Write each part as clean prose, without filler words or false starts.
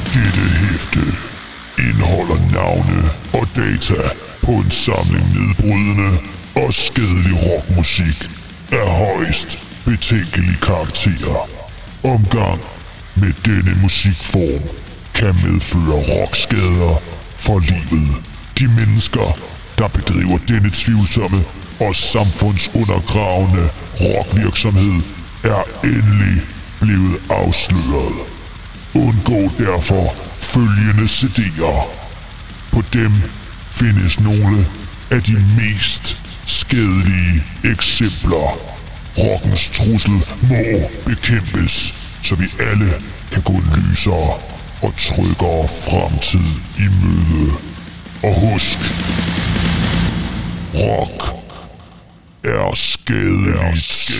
Dette hæfte indeholder navne og data på en samling nedbrydende og skadelig rockmusik af højst betænkelig karakter. Omgang med denne musikform kan medføre rockskader for livet. De mennesker, der bedriver denne tvivlsomme og samfundsundergravende rockvirksomhed, er endelig blevet afsløret. Undgå derfor følgende CD'er. På dem findes nogle af de mest skadelige eksempler. Rockens trussel må bekæmpes, så vi alle kan gå en lysere og tryggere fremtid i møde. Og husk, rock er skadeligt.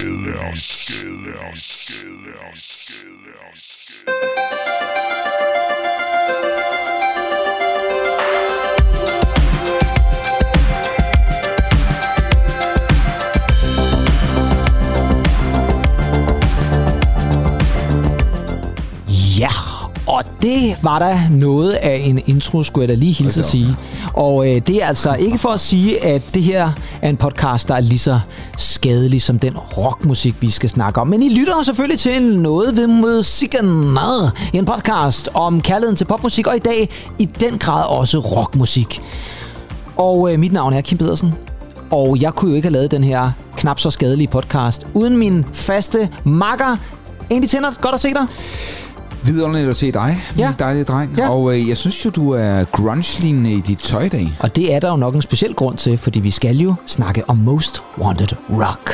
Ja, og det var da noget af en intro, skulle jeg da lige hilse at sige. Og det er altså ikke for at sige, at det her er en podcast, der er lige så skadelig som den rockmusik, vi skal snakke om. Men I lytter selvfølgelig til noget ved musikken. En podcast om kærligheden til popmusik, og i dag i den grad også rockmusik. Og mit navn er Kim Pedersen. Og jeg kunne jo ikke have lavet den her knap så skadelige podcast uden min faste makker. Egentlig tænder, godt at se dig. Vidunderligt at se dig, min dejlige dreng. Ja. Og jeg synes jo, du er grunge-lignende i dit tøj i dag. Og det er der jo nok en speciel grund til, fordi vi skal jo snakke om Most Wanted Rock.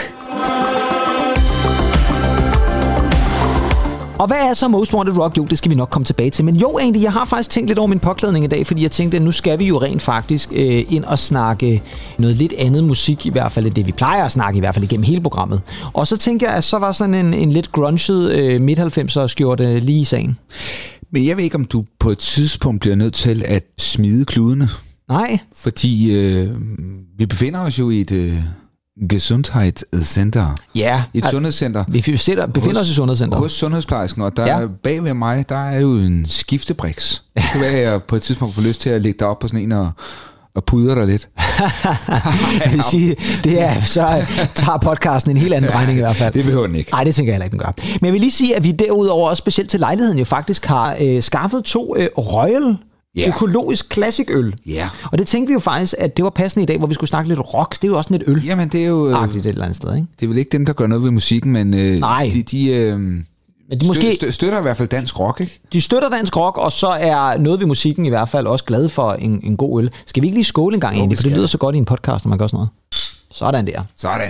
Og hvad er så Most Wanted Rock? Jo, det skal vi nok komme tilbage til. Men jo, egentlig, jeg har faktisk tænkt lidt over min påklædning i dag, fordi jeg tænkte, at nu skal vi jo rent faktisk ind og snakke noget lidt andet musik, i hvert fald det vi plejer at snakke, i hvert fald igennem hele programmet. Og så tænker jeg, at så var sådan en lidt grunget midt-90'er skjorte lige i sagen. Men jeg ved ikke, om du på et tidspunkt bliver nødt til at smide kludene. Nej. Fordi vi befinder os jo i et Gesundheitscenter. Ja. Et sundhedscenter. Vi befinder os i sundhedscenter. Hos sundhedsplejersken, og der bag ved mig, der er jo en skiftebriks. Det kan være, at jeg på et tidspunkt får lyst til at lægge dig op på sådan en og pudre dig lidt. Jeg vil sige, det er, så tager podcasten en helt anden drejning i hvert fald. Det behøver den ikke. Nej, det tænker jeg heller ikke, den gør. Men jeg vil lige sige, at vi derudover også specielt til lejligheden jo faktisk har skaffet 2 Royal økologisk klassikøl. Ja. Og det tænkte vi jo faktisk, at det var passende i dag, hvor vi skulle snakke lidt rock. Det er jo også lidt øl. Jamen, det er jo agtigt et eller andet sted, ikke? Det er vel ikke dem, der gør noget ved musikken, men Nej. Men de måske støtter i hvert fald dansk rock, ikke? De støtter dansk rock, og så er noget ved musikken i hvert fald også glade for en god øl. Skal vi ikke lige skåle en gang egentlig? For det lyder så godt i en podcast, når man gør sådan noget. Sådan der. Sådan.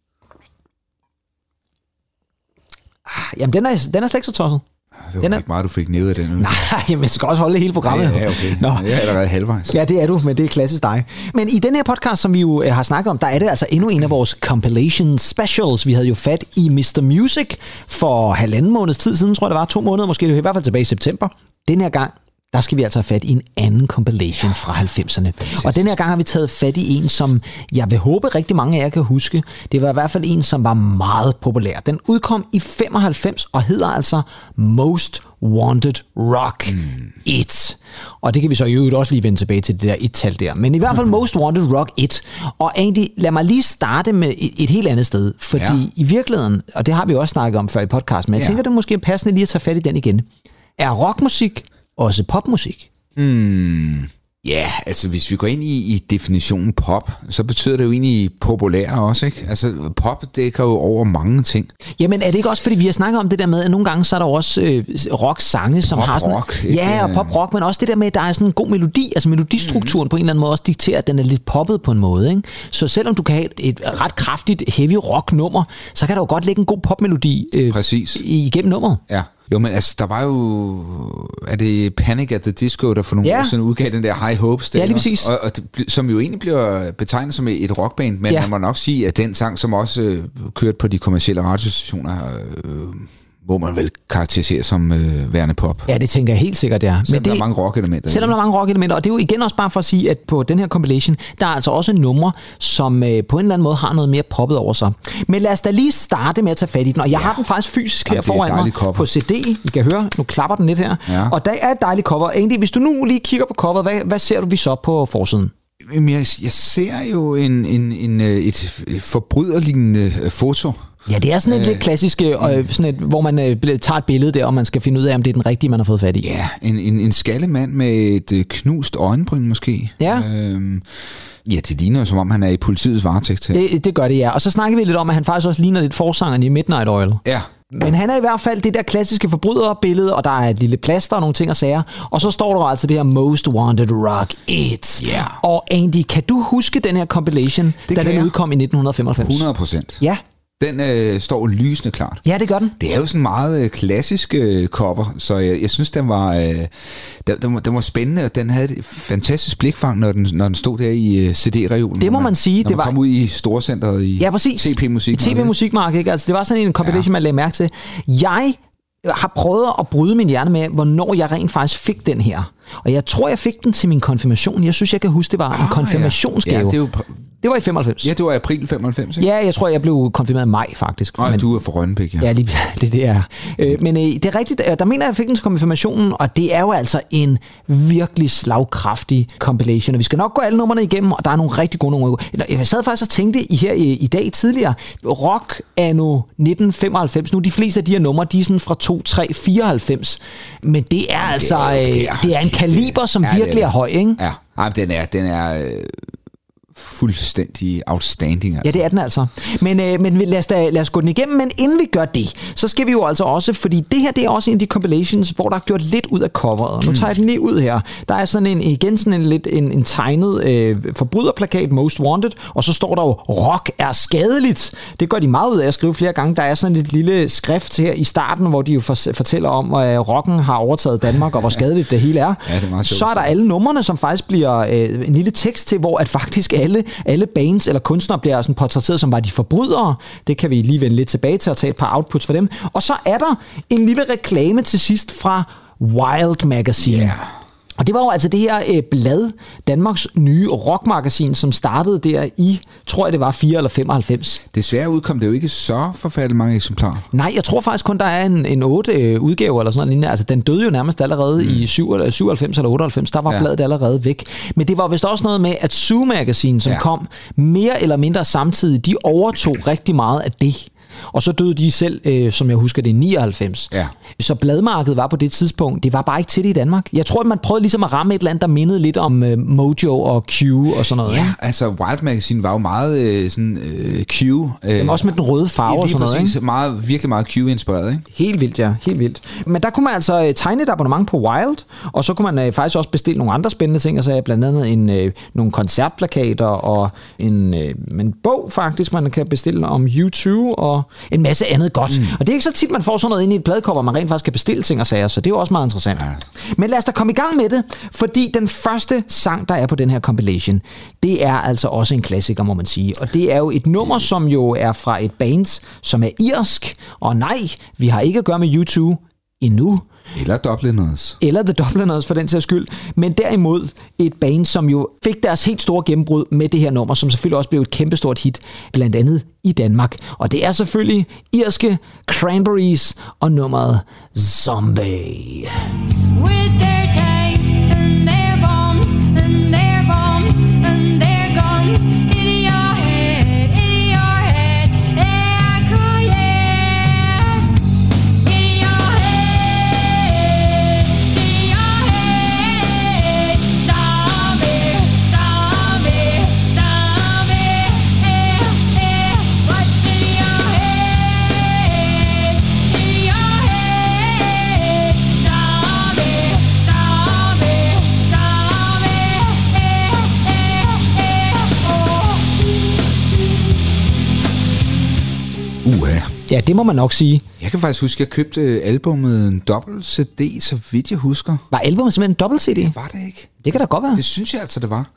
Jamen, den er slet ikke så tosset. Det var ikke meget, du fik ned af den. Nej, men jeg skal også holde hele programmet. Ja, okay. Nå. Jeg er allerede halvvejs. Ja, det er du, men det er klassisk dig. Men i den her podcast, som vi jo har snakket om, der er det altså endnu en af vores compilation specials. Vi havde jo fat i Mr. Music for 1,5 måneds tid siden, tror jeg det var. 2 måneder, måske det var i hvert fald tilbage i september. Den her gang, der skal vi altså have fat i en anden compilation fra 90'erne. Og den her gang har vi taget fat i en, som jeg vil håbe rigtig mange af jer kan huske. Det var i hvert fald en, som var meget populær. Den udkom i 95 og hedder altså Most Wanted Rock 1. Og det kan vi så i øvrigt også lige vende tilbage til det der 1-tal der. Men i hvert fald Most Wanted Rock 1. Og egentlig, lad mig lige starte med et helt andet sted. Fordi i virkeligheden, og det har vi også snakket om før i podcasten, men jeg tænker, det er måske passende lige at tage fat i den igen. Er rockmusik også popmusik? Ja, altså hvis vi går ind i definitionen pop, så betyder det jo egentlig populær også, ikke? Altså pop, det kan jo over mange ting. Jamen er det ikke også, fordi vi har snakket om det der med, at nogle gange så er der også rock-sange, som har sådan... Pop-rock. Ja, og pop-rock, men også det der med, at der er sådan en god melodi, altså melodistrukturen på en eller anden måde også dikterer, at den er lidt poppet på en måde, ikke? Så selvom du kan have et ret kraftigt heavy rock-nummer, så kan der jo godt ligge en god popmelodi igennem nummeret. Ja. Jo, men altså, der var jo... Er det Panic at the Disco, der for nogle år siden udgav den der High Hopes? Ja, lige præcis. Og som jo egentlig bliver betegnet som et rockband, men man må nok sige, at den sang, som også kørte på de kommercielle radiostationer, må man vel karakterisere som værende pop. Ja, det tænker jeg helt sikkert, ja. Selvom der er mange rock-elementer. Selvom der er mange rock-elementer, og det er jo igen også bare for at sige, at på den her compilation, der er altså også numre, som på en eller anden måde har noget mere poppet over sig. Men lad os da lige starte med at tage fat i den, og jeg har den faktisk fysisk her foran mig på CD. I kan høre, nu klapper den lidt her. Ja. Og der er et dejligt cover. Egentlig, hvis du nu lige kigger på coveret, hvad ser du vi så på forsiden? Jeg ser jo et forbryderlignende foto. Ja, det er sådan et lidt klassisk, sådan et, hvor man tager et billede der, og man skal finde ud af, om det er den rigtige, man har fået fat i. Ja, en skallemand med et knust øjenbryn måske. Ja. Ja, det ligner som om, han er i politiets varetægt her. Det gør det, ja. Og så snakker vi lidt om, at han faktisk også ligner lidt forsangeren i Midnight Oil. Ja. Men han er i hvert fald det der klassiske forbryderbillede, og der er et lille plaster og nogle ting og sager. Og så står der altså det her Most Wanted Rock It. Yeah. Og Andy, kan du huske den her compilation, da den udkom i 1995? 100%. Ja. Den står lysende klart. Ja, det gør den. Det er jo sådan meget klassisk cover, så jeg synes, den var spændende, og den havde et fantastisk blikfang, når den stod der i CD-reolen. Det må man sige. Når man kom ud i storcenteret i TP-musikmarkedet. I TP-musikmarkedet, ikke? Altså, det var sådan en compilation, man lagde mærke til. Jeg har prøvet at bryde min hjerne med, hvornår jeg rent faktisk fik den her. Og jeg tror, jeg fik den til min konfirmation. Jeg synes, jeg kan huske, det var en konfirmationsgave. Ja, det var i 95. Ja, det var i april 95, ikke? Ja, jeg tror, jeg blev konfirmeret i maj, faktisk. Men du er fra Rønnebæk, ja. Ja, det er. Men det er rigtigt, der mener jeg fik den til konfirmationen, og det er jo altså en virkelig slagkraftig compilation. Og vi skal nok gå alle numrene igennem, og der er nogle rigtig gode numre. Jeg sad faktisk og tænkte her i dag tidligere, rock anno 1995, nu de fleste af de her numre, de er sådan fra 2, 3, 94. Men det er altså, det er en kaliber, som virkelig er høj, ikke? Ja, den er fuldstændig outstanding. Altså. Ja, det er den altså. Men lad os gå den igennem, men inden vi gør det, så skal vi jo altså også, fordi det her, det er også en af de compilations, hvor der er gjort lidt ud af coveret. Nu tager jeg den lige ud her. Der er sådan en tegnet forbryderplakat, Most Wanted, og så står der jo, rock er skadeligt. Det gør de meget ud af at skrive flere gange. Der er sådan et lille skrift her i starten, hvor de jo fortæller om, at rocken har overtaget Danmark, og hvor skadeligt det hele er. Ja, det er meget sjovt. Så er der alle numrene, som faktisk bliver en lille tekst til, hvor at faktisk alle bands eller kunstnere bliver sådan portrætteret som var de forbrydere. Det kan vi lige vende lidt tilbage til og tage et par outputs for dem. Og så er der en lille reklame til sidst fra Wild Magazine. Yeah. Og det var jo altså det her blad, Danmarks nye rockmagasin, som startede der i, tror jeg det var 4 eller 95. Desværre udkom det jo ikke så forfærdeligt mange eksemplarer. Nej, jeg tror faktisk kun, der er en 8 udgave eller sådan noget. Altså, den døde jo nærmest allerede i 97 eller 98. Der var bladet allerede væk. Men det var vist også noget med, at Zoo Magazine, som kom mere eller mindre samtidig, de overtog rigtig meget af det. Og så døde de selv, som jeg husker det, i 99. Ja. Så bladmarkedet var på det tidspunkt, det var bare ikke til det i Danmark. Jeg tror, at man prøvede ligesom at ramme et eller andet, der mindede lidt om Mojo og Q og sådan noget. Ja, altså Wild Magazine var jo meget Q. Også med den røde farve og sådan præcis, noget. Virkelig meget Q-inspireret, ikke? Helt vildt, ja. Helt vildt. Men der kunne man altså tegne et abonnement på Wild, og så kunne man faktisk også bestille nogle andre spændende ting, altså blandt andet nogle koncertplakater og en bog faktisk, man kan bestille om U2 og en masse andet godt. Og det er ikke så tit, man får sådan noget ind i et bladcover, man rent faktisk kan bestille ting og sager, så det er jo også meget interessant. Ja. Men lad os da komme i gang med det, fordi den første sang, der er på den her compilation, det er altså også en klassiker, må man sige. Og det er jo et nummer, som jo er fra et band, som er irsk, og nej, vi har ikke at gøre med U2 endnu. Eller Dubliners. Eller The Dubliners for den sags skyld. Men derimod et band, som jo fik deres helt store gennembrud med det her nummer, som selvfølgelig også blev et kæmpestort hit, blandt andet i Danmark. Og det er selvfølgelig irske Cranberries og nummeret Zombie. With their tanks and their bombs and their bombs and their guns in your head, in your head, echo, yeah. In your head, in your head, zombie, zombie, zombie, what's in your head, zombie, zombie. Ja, det må man nok sige. Jeg kan faktisk huske, at jeg købte albumet en dobbelt CD, så vidt jeg husker. Var albumet simpelthen en dobbelt CD? Det var det ikke. Det kan da godt være. Det synes jeg altså, det var.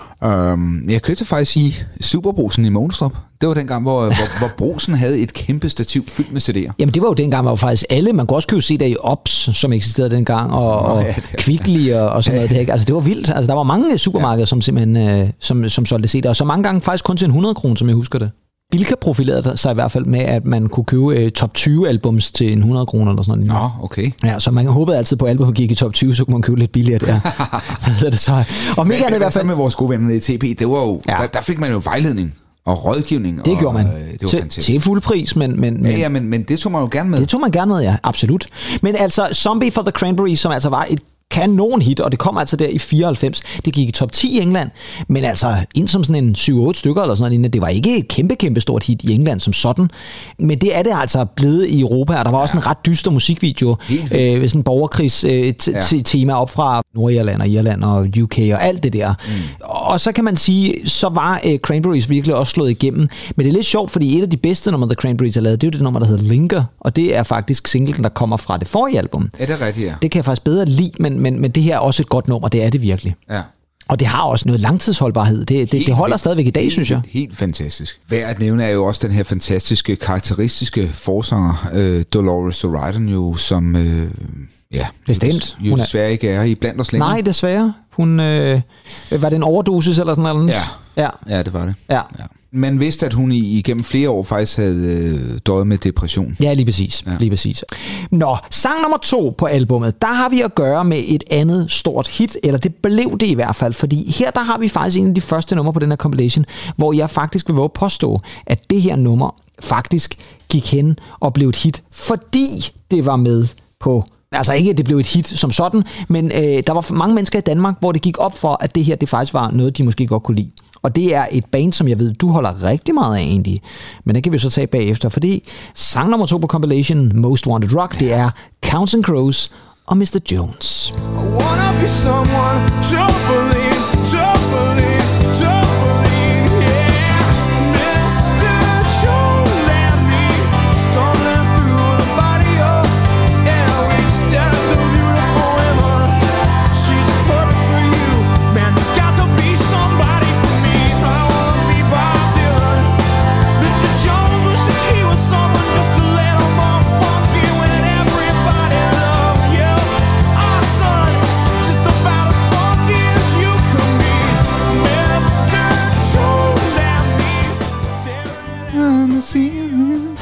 Jeg købte faktisk i Superbrugsen i Mogenstrup. Det var dengang, hvor Brugsen havde et kæmpe stativ fyldt med CD'er. Jamen det var jo dengang, hvor faktisk alle, man kunne også købe CD'er i Ops, som eksisterede dengang, og Kvickly og sådan noget. Det, ikke? Altså det var vildt. Altså der var mange supermarkeder, som simpelthen som solgte CD'er, og så mange gange faktisk kun til 100 kroner, som jeg husker det. Bilka profilerede sig i hvert fald med, at man kunne købe top 20 albums til 100 kroner eller sådan noget. Nå, okay. Ja, så man håbede altid på, at albumet gik i top 20, så kunne man købe lidt billigere der. Hvad hedder det så? Og mega i hvert fald med vores gode venner i TP, det var jo, der fik man jo vejledning og rådgivning. Det gjorde man. Det var fantastisk. Til fuld pris, men det tog man jo gerne med. Det tog man gerne med, ja, absolut. Men altså, Zombie for the Cranberries, som altså var et kanon hit, og det kom altså der i 94. Det gik i top 10 i England, men altså ind som sådan en 7-8 stykker eller sådan noget. Det var ikke et kæmpe stort hit i England som sådan, men det er det altså blevet i Europa, og der var også en ret dyster musikvideo, sådan en borgerkrigs-tema op fra Nordirland og Irland og UK og alt det der. Og så kan man sige, så var Cranberries virkelig også slået igennem, men det er lidt sjovt, fordi et af de bedste numre, The Cranberries har lavet, det er jo det nummer, der hedder Linger, og det er faktisk singlen, der kommer fra det forrige album. Er det rigtigt, ja? Det kan jeg faktisk bedre lide, men det her er også et godt nummer, det er det virkelig. Ja. Og det har også noget langtidsholdbarhed. Det holder stadigvæk i dag, synes jeg. Helt fantastisk. Værd at nævne er jo også den her fantastiske, karakteristiske forsanger, Dolores O'Riordan, jo, som bestemt. Jo desværre ikke er i blandt os længere. Nej, desværre. Hun var det en overdosis eller sådan noget? Ja, det var det. Ja. Man vidste, at hun igennem flere år faktisk havde døjet med depression. Ja, lige præcis. Ja. Lige præcis. Nå, sang nummer 2 på albummet, der har vi at gøre med et andet stort hit, eller det blev det i hvert fald, fordi her der har vi faktisk en af de første numre på den her compilation, hvor jeg faktisk vil våge påstå, at det her nummer faktisk gik hen og blev et hit, fordi det var med på... Altså ikke, at det blev et hit som sådan, men der var mange mennesker i Danmark, hvor det gik op for, at det her det faktisk var noget, de måske godt kunne lide. Og det er et band, som jeg ved, du holder rigtig meget af egentlig. Men det kan vi så tage bagefter, fordi sang nummer 2 på compilation, Most Wanted Rock, det er Counting Crows og Mr. Jones. I wanna be someone to believe, yeah. Mr. Jones and me, stumbling through the barrio. Yeah, we stepped a beautiful woman. She's perfect for you. Man, there's got to be somebody for me. I wanna be Bob Dylan. Mr. Jones wishes he was someone just to let him off funky when everybody loves you. Our son is just about as funky as you can be. Mr. Jones and me, staring at the ceiling.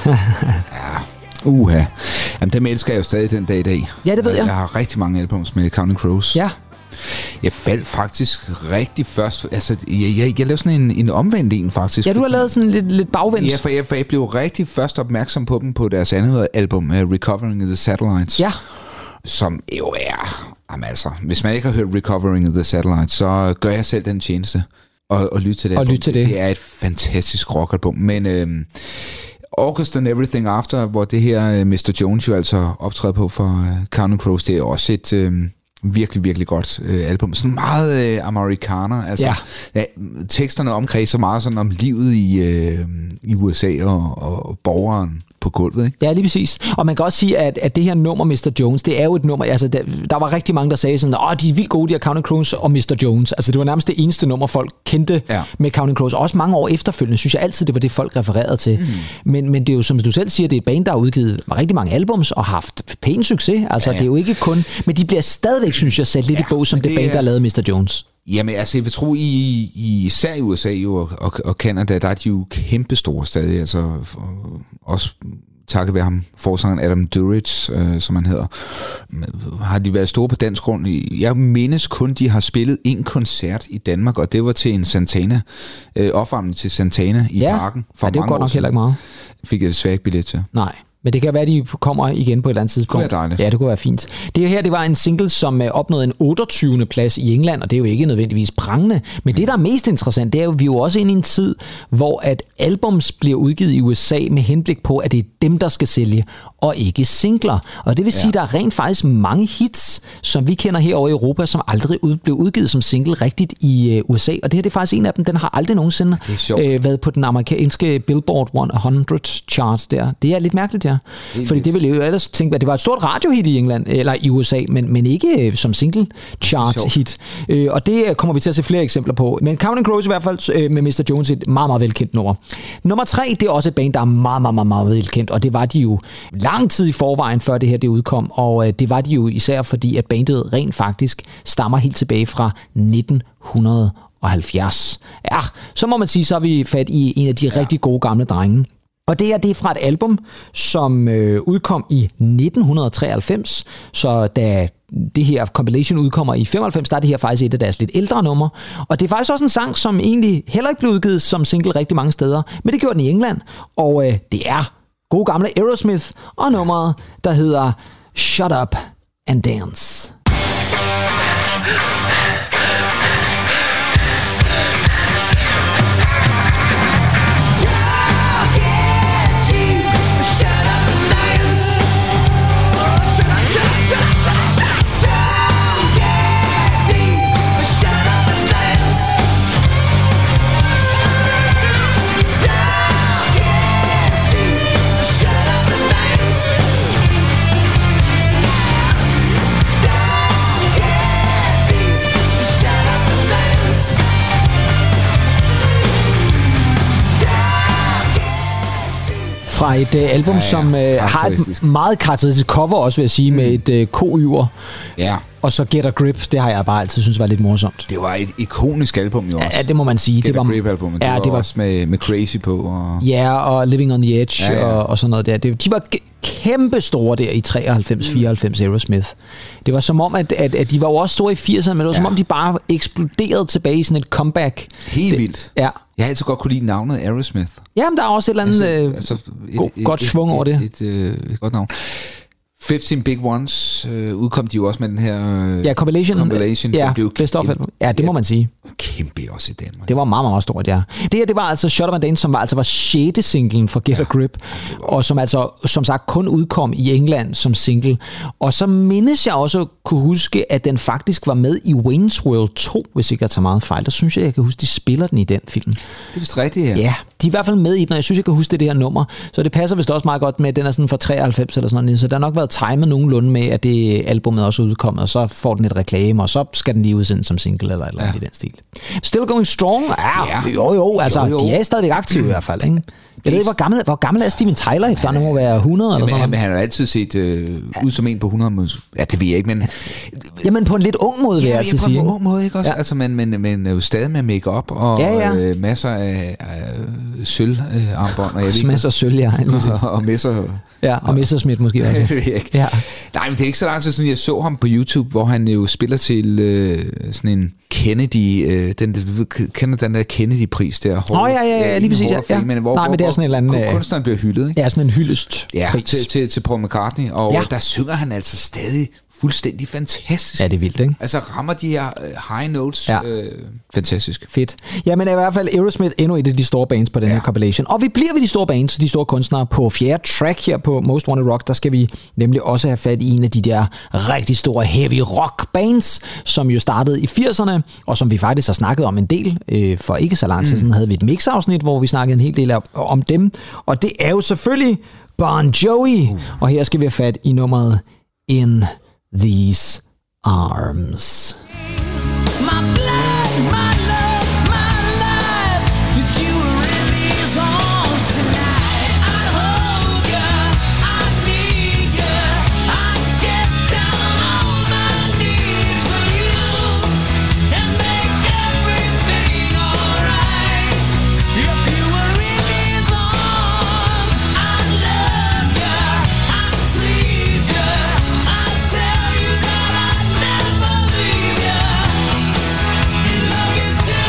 Jamen, dem elsker jeg jo stadig den dag i dag. Ja, det ved jeg. Jeg har rigtig mange albums med Counting Crows. Ja. Jeg faldt faktisk rigtig først... Altså, jeg lavede sådan en omvendt en, faktisk. Ja, du har lavet sådan lidt bagvendt. Ja, for jeg blev rigtig først opmærksom på dem på deres andet album, Recovering the Satellites. Ja. Som jo er... Jamen altså, hvis man ikke har hørt Recovering the Satellites, så gør jeg selv den tjeneste og lytte til det. Og lytte til det. Det er et fantastisk rockalbum, men... August and Everything After, hvor det her Mr. Jones jo altså optræder på for Counting Crows, det er også et virkelig, virkelig godt album. Sådan meget amerikaner, altså ja, teksterne omkredser meget sådan om livet i USA og borgeren på gulvet, ikke? Ja, lige præcis. Og man kan også sige, at det her nummer, Mr. Jones, det er jo et nummer, altså der var rigtig mange, der sagde sådan, de er vildt gode, de her Counting Crows og Mr. Jones. Altså det var nærmest det eneste nummer, folk kendte med Counting Crows. Også mange år efterfølgende, synes jeg altid, det var det, folk refererede til. Men det er jo, som du selv siger, det er et band, der har udgivet rigtig mange albums og haft pæn succes. Altså det er jo ikke kun, men de bliver stadigvæk, synes jeg, sat lidt i bog som det band, der lavede Mr. Jones. Jamen altså, jeg vil tro, især i USA jo, og Canada, der er de jo kæmpe store stadig, altså også takket være ham, forsangeren Adam Duritz, som han hedder, har de været store på dansk grund. Jeg mindes kun, de har spillet en koncert i Danmark, og det var til en Santana, opvarmning til Santana i Parken. Ja, det er godt nok heller ikke meget. Fik jeg desværre ikke billet til. Nej. Men det kan være, at de kommer igen på et eller andet tidspunkt. Det kunne være dejligt. Ja, det kunne være fint. Det her, det var en single, som opnåede en 28. plads i England, og det er jo ikke nødvendigvis prangende. Men det, der er mest interessant, det er jo, vi er jo også inde i en tid, hvor at albums bliver udgivet i USA med henblik på, at det er dem, der skal sælge, og ikke singler. Og det vil sige, at der er rent faktisk mange hits, som vi kender herovre i Europa, som aldrig blev udgivet som single rigtigt i USA. Og det her, det er faktisk en af dem, den har aldrig nogensinde været på den amerikanske Billboard 100 charts der. Det er lidt mærkeligt, ja. Fordi det ville jo ellers tænke, at det var et stort radiohit i England, eller i USA, men ikke som single chart hit. Og det kommer vi til at se flere eksempler på. Men Counting Crows i hvert fald med Mr. Jones, et meget, meget velkendt nummer. Nummer 3, det er også et band, der er meget, meget, meget, meget velkendt, og det var de jo lang tid i forvejen, før det her det udkom, og det var de jo især fordi, at bandet rent faktisk stammer helt tilbage fra 1970. Ja, så må man sige, så er vi fat i en af de rigtig gode gamle drenge. Og det er fra et album, som udkom i 1993, så da det her compilation udkommer i 95, der er det her faktisk et af deres lidt ældre numre. Og det er faktisk også en sang, som egentlig heller ikke blev udgivet som single rigtig mange steder, men det gjorde den i England, og det er gode gamle Aerosmith og nummeret, der hedder Shut Up and Dance. Fra et album, som har et meget karakteristisk cover også, vil jeg sige, med et koyver. Ja. Og så Get a Grip, det har jeg bare altid synes var lidt morsomt. Det var et ikonisk album jo også. Ja, det må man sige. Get a Grip-album, det var også med Crazy på. Og... Ja, og Living on the Edge og sådan noget der. De var kæmpe store der i 93-94 Aerosmith. Det var som om, at de var jo også store i 80'erne, men det var som om, de bare eksploderede tilbage i sådan et comeback. Helt vildt. Ja. Jeg har altid godt kunne lide navnet Aerosmith. Jamen, der er også et eller andet godt svung over det. Et godt navn. 15 Big Ones udkom de jo også med den her compilation. Ja, best of. Ja, det må man sige. Kæmpe også i Danmark. Det var meget, meget stort, ja. Det her, det var altså Shut Up and Dance, som var 6. singlen for Get a Grip, og som altså, som sagt, kun udkom i England som single. Og så mindes jeg også kunne huske, at den faktisk var med i Wayne's World 2, hvis ikke jeg tager meget fejl. Der synes jeg kan huske, de spiller den i den film. Det er vist rigtigt, ja. Ja, de er i hvert fald med i den, og jeg synes, jeg kan huske det her nummer. Så det passer vist også meget godt med, at den er sådan fra 93 eller sådan noget. Så der har nok været timet nogenlunde med, at det albumet også er udkommet, og så får den et reklame, og så skal den lige udsendes som single eller et eller andet i den stil. Still Going Strong? Jo, de er stadigvæk aktive i hvert fald, ikke? Jeg ved ikke, hvor gammel er Steven Tyler efter? Han må være 100 eller sådan noget. Men han har altid set ud som en på 100. Ja, det ved jeg ikke, men... Jamen på en lidt ung måde, vil jeg altid sige. Ja, på en ung måde, ikke også? Ja. Altså, men jo stadig med make-up og masser af sølvarmbånd. Masser af sølv, ja. Og messer... Ja, og Messerschmidt måske også. Ja. Nej, men det er ikke så lang tid siden, jeg så ham på YouTube, hvor han jo spiller til sådan en Kennedy, kender den der Kennedy-pris der. Ja, lige præcis. Ja. Men hvor det er sådan en eller anden... Kunstneren bliver hyldet, ikke? Ja, sådan en hyldest pris. Til Paul McCartney, og der synger han altså stadig fuldstændig fantastisk. Ja, det er vildt, ikke? Altså rammer de her high notes fantastisk. Fedt. Jamen i hvert fald Aerosmith endnu et af de store bands på den her compilation. Og vi bliver ved de store bands, de store kunstnere. På 4. track her på Most Wanted Rock, der skal vi nemlig også have fat i en af de der rigtig store heavy rock bands, som jo startede i 80'erne, og som vi faktisk har snakket om en del. For ikke så lang tid siden havde vi et mix-afsnit, hvor vi snakkede en hel del om dem. Og det er jo selvfølgelig Bon Jovi. Og her skal vi have fat i nummeret In These Arms. My blood, my love, my life, with you are in these arms tonight. I hold you, I need you, I get down on my knees for you, and make everything alright. If you were in these arms, I love you, I please you, I tell you that I'd never leave you. Love you till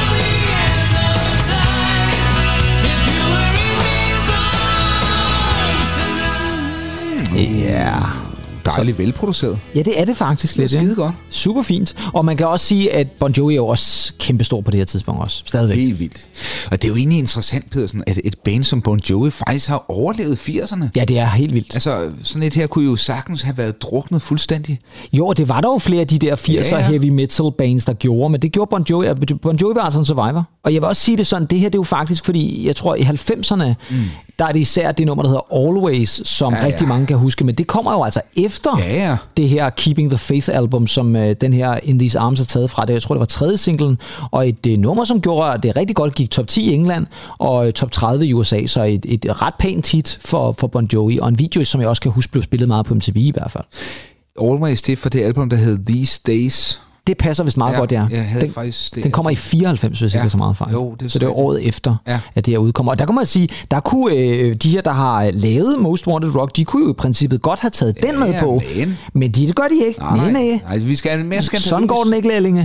dejligt velproduceret. Ja, det er det faktisk lidt. Det er skide godt. Super fint. Og man kan også sige, at Bon Jovi er jo også kæmpestor på det her tidspunkt også. Stadigvæk. Helt vildt. Og det er jo egentlig interessant, Pedersen, at et band som Bon Jovi faktisk har overlevet 80'erne. Ja, det er helt vildt. Altså, sådan et her kunne jo sagtens have været druknet fuldstændig. Jo, det var der jo flere af de der 80'er heavy metal bands, der gjorde, men det gjorde Bon Jovi. Bon Jovi var altså en survivor. Og jeg vil også sige det sådan, det her det er jo faktisk, fordi jeg tror i 90'erne, der er det især det nummer, der hedder Always, som rigtig mange kan huske, men det kommer jo altså efter det her Keeping the Faith album, som den her In These Arms er taget fra. Det, jeg tror, det var 3. singlen, og et nummer, som gjorde det rigtig godt, gik top 10 i England, og top 30 i USA, så et ret pænt hit for Bon Jovi, og en video, som jeg også kan huske, blev spillet meget på MTV i hvert fald. Always, det for det album, der hed These Days. Det passer vist meget godt, den kommer i 94, hvis ikke er så meget fejl. Jo, det er så det er året efter, at det her udkommer. Og der kan man sige, der kunne de her, der har lavet Most Wanted Rock, de kunne jo i princippet godt have taget den med på. Men det gør de ikke. Nej, vi skal have mere skandaløs. Sådan går den ikke, lærlinge.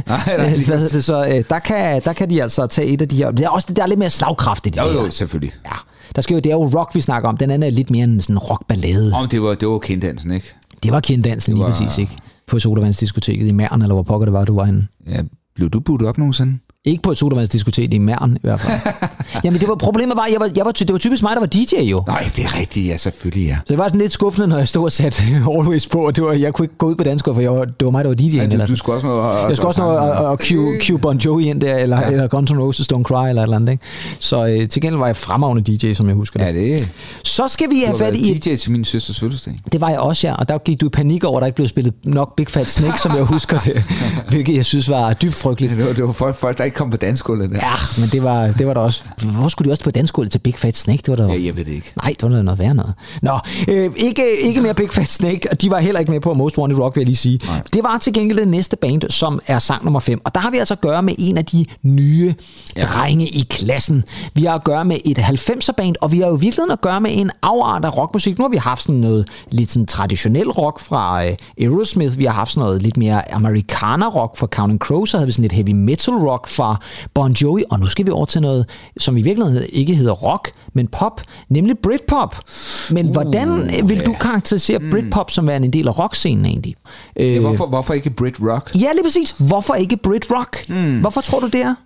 Så der kan de altså tage et af de her. Det er også det der er lidt mere slagkraftigt. Jo, selvfølgelig. Ja. Det er jo rock, vi snakker om. Den anden er lidt mere en sådan rockballade. Det var kenddansen, ikke? Det var kenddansen lige præcis, ikke? På Sodavandsdiskoteket i Mern, eller hvor pokker det var, du var henne. Ja, blev du budt op nogensinde? Ikke på et sodavandsdiskotek i Mern, i hvert fald. Jamen, det var problemet var, det var typisk mig, der var DJ jo. Nej, det er rigtigt, ja, selvfølgelig, ja. Så det var sådan lidt skuffende, når jeg stod og satte Always på, og jeg kunne ikke gå ud på dansk, for det var mig, der var DJ'en. Ja, du skulle også noget... Jeg skulle også noget cue Bon Jovi ind der, eller Guns N' Roses Don't Cry, eller et eller andet, ikke? Så til gengæld var jeg fremragende DJ, som jeg husker det. Ja, det så skal vi have fat i... DJ til min søsters fødselsdag. Det var jeg også, ja. Og der gik du i panik over, at der ikke blev spillet nok Big Fat Snake, som jeg husker det. Hvilket jeg synes var dybt frygteligt. Det var folk, der ikke kom på dansgulvet. Ja, men det var der også... Hvor skulle de også på dansgulvet til Big Fat Snake? Det var der... Ja, jeg ved det ikke. Nej, det var der noget værre noget. Nå, ikke mere Big Fat Snake. De var heller ikke med på Most Wanted Rock, vil jeg lige sige. Nej. Det var til gengæld det næste band, som er sang nummer 5. Og der har vi altså at gøre med en af de nye drenge i klassen. Vi har at gøre med et 90'er band, og vi har jo virkelig at gøre med en afart af rockmusik. Nu har vi haft sådan noget lidt sådan traditionel rock fra Aerosmith. Vi har haft sådan noget lidt mere amerikaner rock fra Counting Crows. Så havde vi sådan lidt heavy metal rock fra Bon Jovi. Og nu skal vi over til noget, som i virkeligheden ikke hedder rock, men pop, nemlig Britpop. Men hvordan vil du karakterisere Britpop som værende en del af rockscenen egentlig? Hvorfor ikke Brit Rock? Ja, lige præcis. Hvorfor ikke Brit Rock? Hvorfor tror du det er?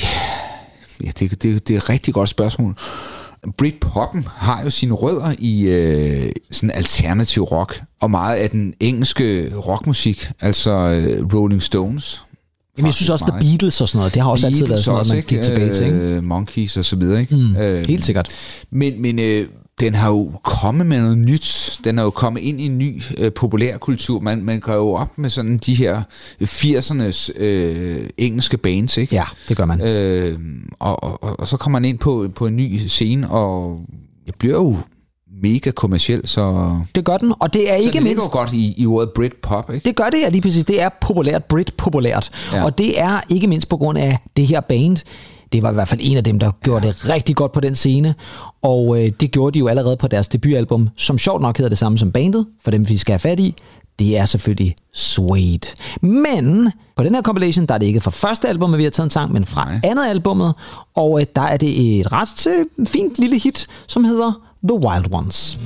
Ja, det er et rigtig godt spørgsmål. Britpoppen har jo sine rødder i sådan alternativ rock, og meget af den engelske rockmusik, altså Rolling Stones. Jamen, jeg synes også, The Beatles og sådan noget, det har også altid været sådan noget, man gik tilbage til, ikke? Monkeys og så videre, ikke? Helt sikkert. Men den har jo kommet med noget nyt. Den er jo kommet ind i en ny populærkultur. Man går jo op med sådan de her 80'ernes engelske bands, ikke? Ja, det gør man. Og så kommer man ind på en ny scene, og jeg bliver jo mega kommerciel, så... Det gør den, og det er ikke mindst... Så det godt i ordet Britpop, ikke? Det gør det, ja, lige præcis. Det er populært, Brit-populært. Ja. Og det er ikke mindst på grund af det her band. Det var i hvert fald en af dem, der gjorde det rigtig godt på den scene. Og det gjorde de jo allerede på deres debutalbum, som sjovt nok hedder det samme som bandet, for dem vi skal have fat i. Det er selvfølgelig Suede. Men på den her compilation, der er det ikke fra første album, at vi har taget en sang, men fra andet albummet. Og der er det et ret fint lille hit, som hedder The Wild Ones.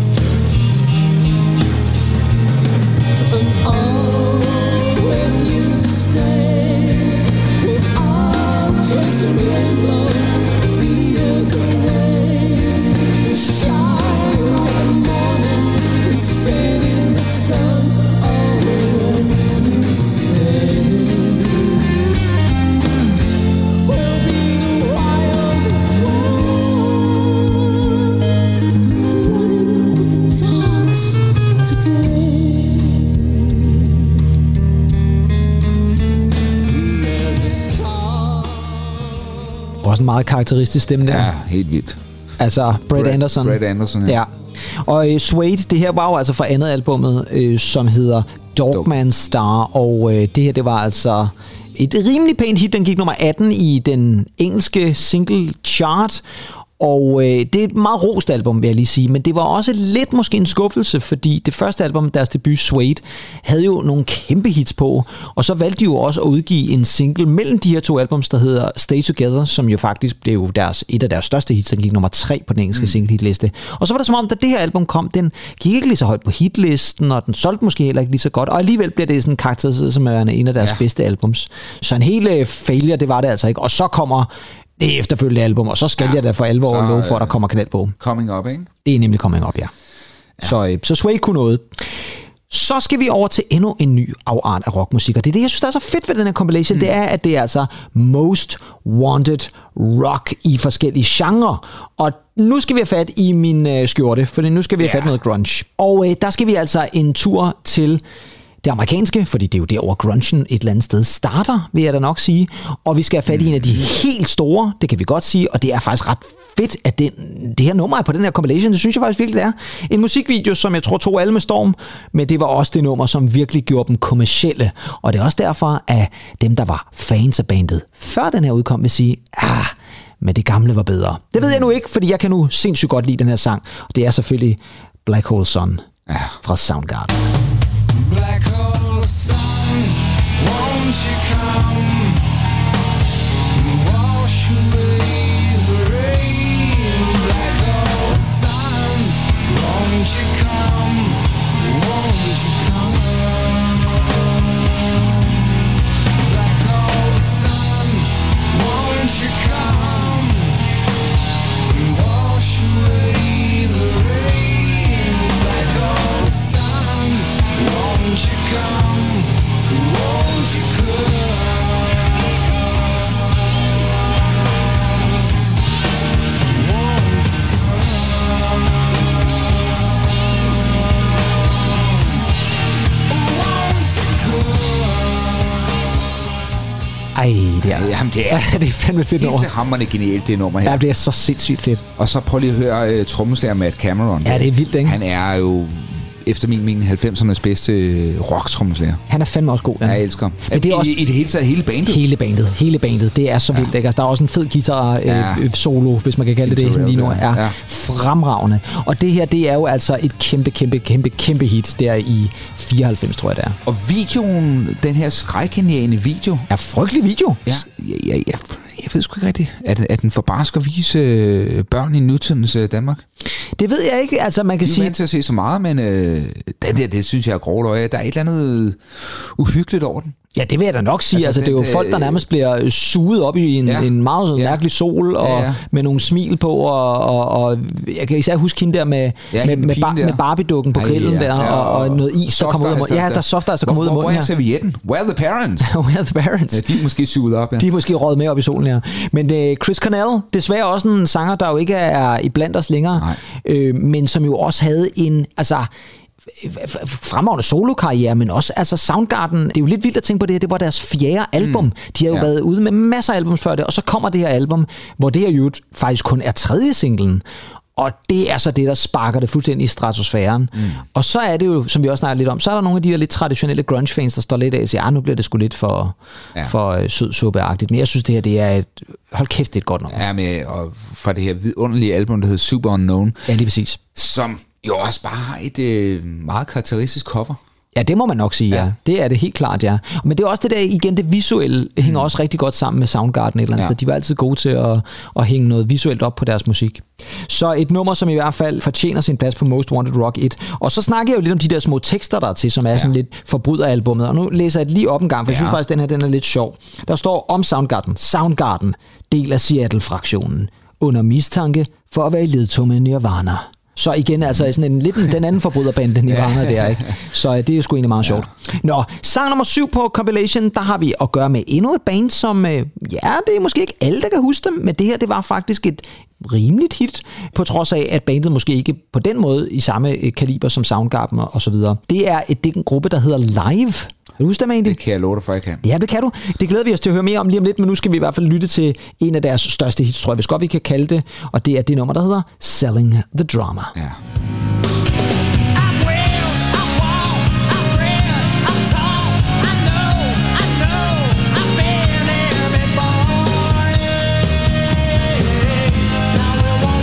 Også en meget karakteristisk stemme der. Ja, helt vildt. Altså Brett Anderson. Brett Anderson, ja. Og Suede, det her var jo altså fra andet albummet, som hedder Dogman Star, og det her, det var altså et rimelig pænt hit. Den gik nummer 18 i den engelske single chart, Og det er et meget rost album, vil jeg lige sige, men det var også lidt måske en skuffelse, fordi det første album, deres debut, Suede, havde jo nogle kæmpe hits på, og så valgte de jo også at udgive en single mellem de her to albums, der hedder Stay Together, som jo faktisk blev et af deres største hits, den gik nummer 3 på den engelske single-hitliste. Og så var det som om, da det her album kom, den gik ikke lige så højt på hitlisten, og den solgte måske heller ikke lige så godt, og alligevel bliver det sådan karakteriseret som en af deres bedste albums. Så en hel failure, det var det altså ikke. Og så kommer det efterfølgende album, og så skal jeg da for alvor love for, at der kommer knald på. Coming Up, ikke? Det er nemlig Coming Up, ja. Så Suede kunne noget. Så skal vi over til endnu en ny afart af rockmusik, og det er det, jeg synes, der er så fedt ved den her compilation, det er, at det er altså Most Wanted Rock i forskellige genrer. Og nu skal vi have fat i min skjorte, for nu skal vi have fat i noget grunge. Og der skal vi altså en tur til det amerikanske, fordi det er jo der, hvor grungen et eller andet sted starter, vil jeg da nok sige. Og vi skal have fat i en af de helt store, det kan vi godt sige, og det er faktisk ret fedt, at det her nummer er på den her compilation. Det synes jeg faktisk virkelig, det er. En musikvideo, som jeg tror tog alle med storm, men det var også det nummer, som virkelig gjorde dem kommercielle. Og det er også derfor, at dem, der var fans af bandet, før den her udkom, vil sige, men det gamle var bedre. Det ved jeg nu ikke, fordi jeg kan nu sindssygt godt lide den her sang. Og det er selvfølgelig Black Hole Sun fra Soundgarden. Black hole sun, won't you come wash away the rain? Black hole sun, won't you come, won't you come? Black hole sun, won't you come wash away the rain? Black hole sun, won't you come, won't you come? Won't you come? Won't you come? Ej, det er, jamen, det er det er fandme fedt nummer. Det er hammerende genialt, det nummer her. Ja, det er så sindssygt fedt. Og så prøv lige at høre trommeslager Matt Cameron. Ja, det er vildt, ikke? Han er jo efter min 90'ernes bedste rock-trommeslager. Han er fandme også god. Ja. Jeg elsker ham. Men det er også I det hele taget hele bandet. Det er så vildt, ikke? Altså, der er også en fed guitar solo, hvis man kan kalde det lige nu. Er fremragende. Og det her, det er jo altså et kæmpe hit der i 94, tror jeg det er. Og videoen, den her skrækindjagende video. Er frygtelig video. Ja. Jeg ved sgu ikke rigtigt. Er den for barsk at vise børn i nutidens Danmark? Det ved jeg ikke. Altså, man kan sige... Jeg er vant til at se så meget, men det synes jeg er grovt. Og der er et eller andet uhyggeligt over den. Ja, det vil jeg da nok sige. Altså, det er jo folk, der nærmest bliver suget op i en meget mærkelig sol, og med nogle smil på, og jeg kan især huske hende der med Barbie-dukken på grillen der, og noget is, der kommer ud af munden. Ja, der er soft ice, der kommer ud af munden her. Hvor er servietten? Where are the parents? Where are the parents? Ja, de er måske suget op, ja. De er måske røget med op i solen, ja. Men Chris Cornell, desværre også en sanger, der jo ikke er iblandt os længere, men som jo også havde en, fremragende solokarriere, men også Soundgarden. Det er jo lidt vildt at tænke på det her. Det var deres 4. album. De har jo været ude med masser af albums før det, og så kommer det her album, hvor det her jo faktisk kun er 3. singlen. Og det er så det, der sparker det fuldstændig i stratosfæren. Og så er det jo, som vi også snakker lidt om, så er der nogle af de der lidt traditionelle grunge-fans, der står lidt af og siger, nu bliver det sgu lidt for sødsuppeagtigt. Men jeg synes, det her, det er hold kæft, det er et godt nummer. Ja, og fra det her vidunderlige album, der hedder Super Unknown. Ja, lige præcis. Som jo også bare har et meget karakteristisk cover. Ja, det må man nok sige, ja. Det er det helt klart, ja. Men det er også det der, igen, det visuelle hænger også rigtig godt sammen med Soundgarden et eller andet sted. De var altid gode til at hænge noget visuelt op på deres musik. Så et nummer, som i hvert fald fortjener sin plads på Most Wanted Rock 1. Og så snakker jeg jo lidt om de der små tekster, der er til, som er sådan lidt forbryderalbummet. Og nu læser jeg det lige op en gang, for jeg synes faktisk, den er lidt sjov. Der står om Soundgarden. Soundgarden, del af Seattle-fraktionen. Under mistanke for at være i ledtog med Nirvana. Så igen, sådan den anden forbryderbande, Nirvana der, ikke? Så det er sgu egentlig meget sjovt. Nå, sang nummer 7 på compilation, der har vi at gøre med endnu et band, som, det er måske ikke alle, der kan huske dem, men det her, det var faktisk et rimeligt hit, på trods af, at bandet måske ikke på den måde i samme kaliber som Soundgarden og så videre. Det er en gruppe, der hedder Live. Kan du huske dem egentlig? Det kan jeg love dig for, jeg kan. Ja, det kan du. Det glæder vi os til at høre mere om lige om lidt, men nu skal vi i hvert fald lytte til en af deres største hits, tror jeg, hvis godt vi kan kalde det, og det er det nummer, der hedder Selling the Drama. Ja. Now we won't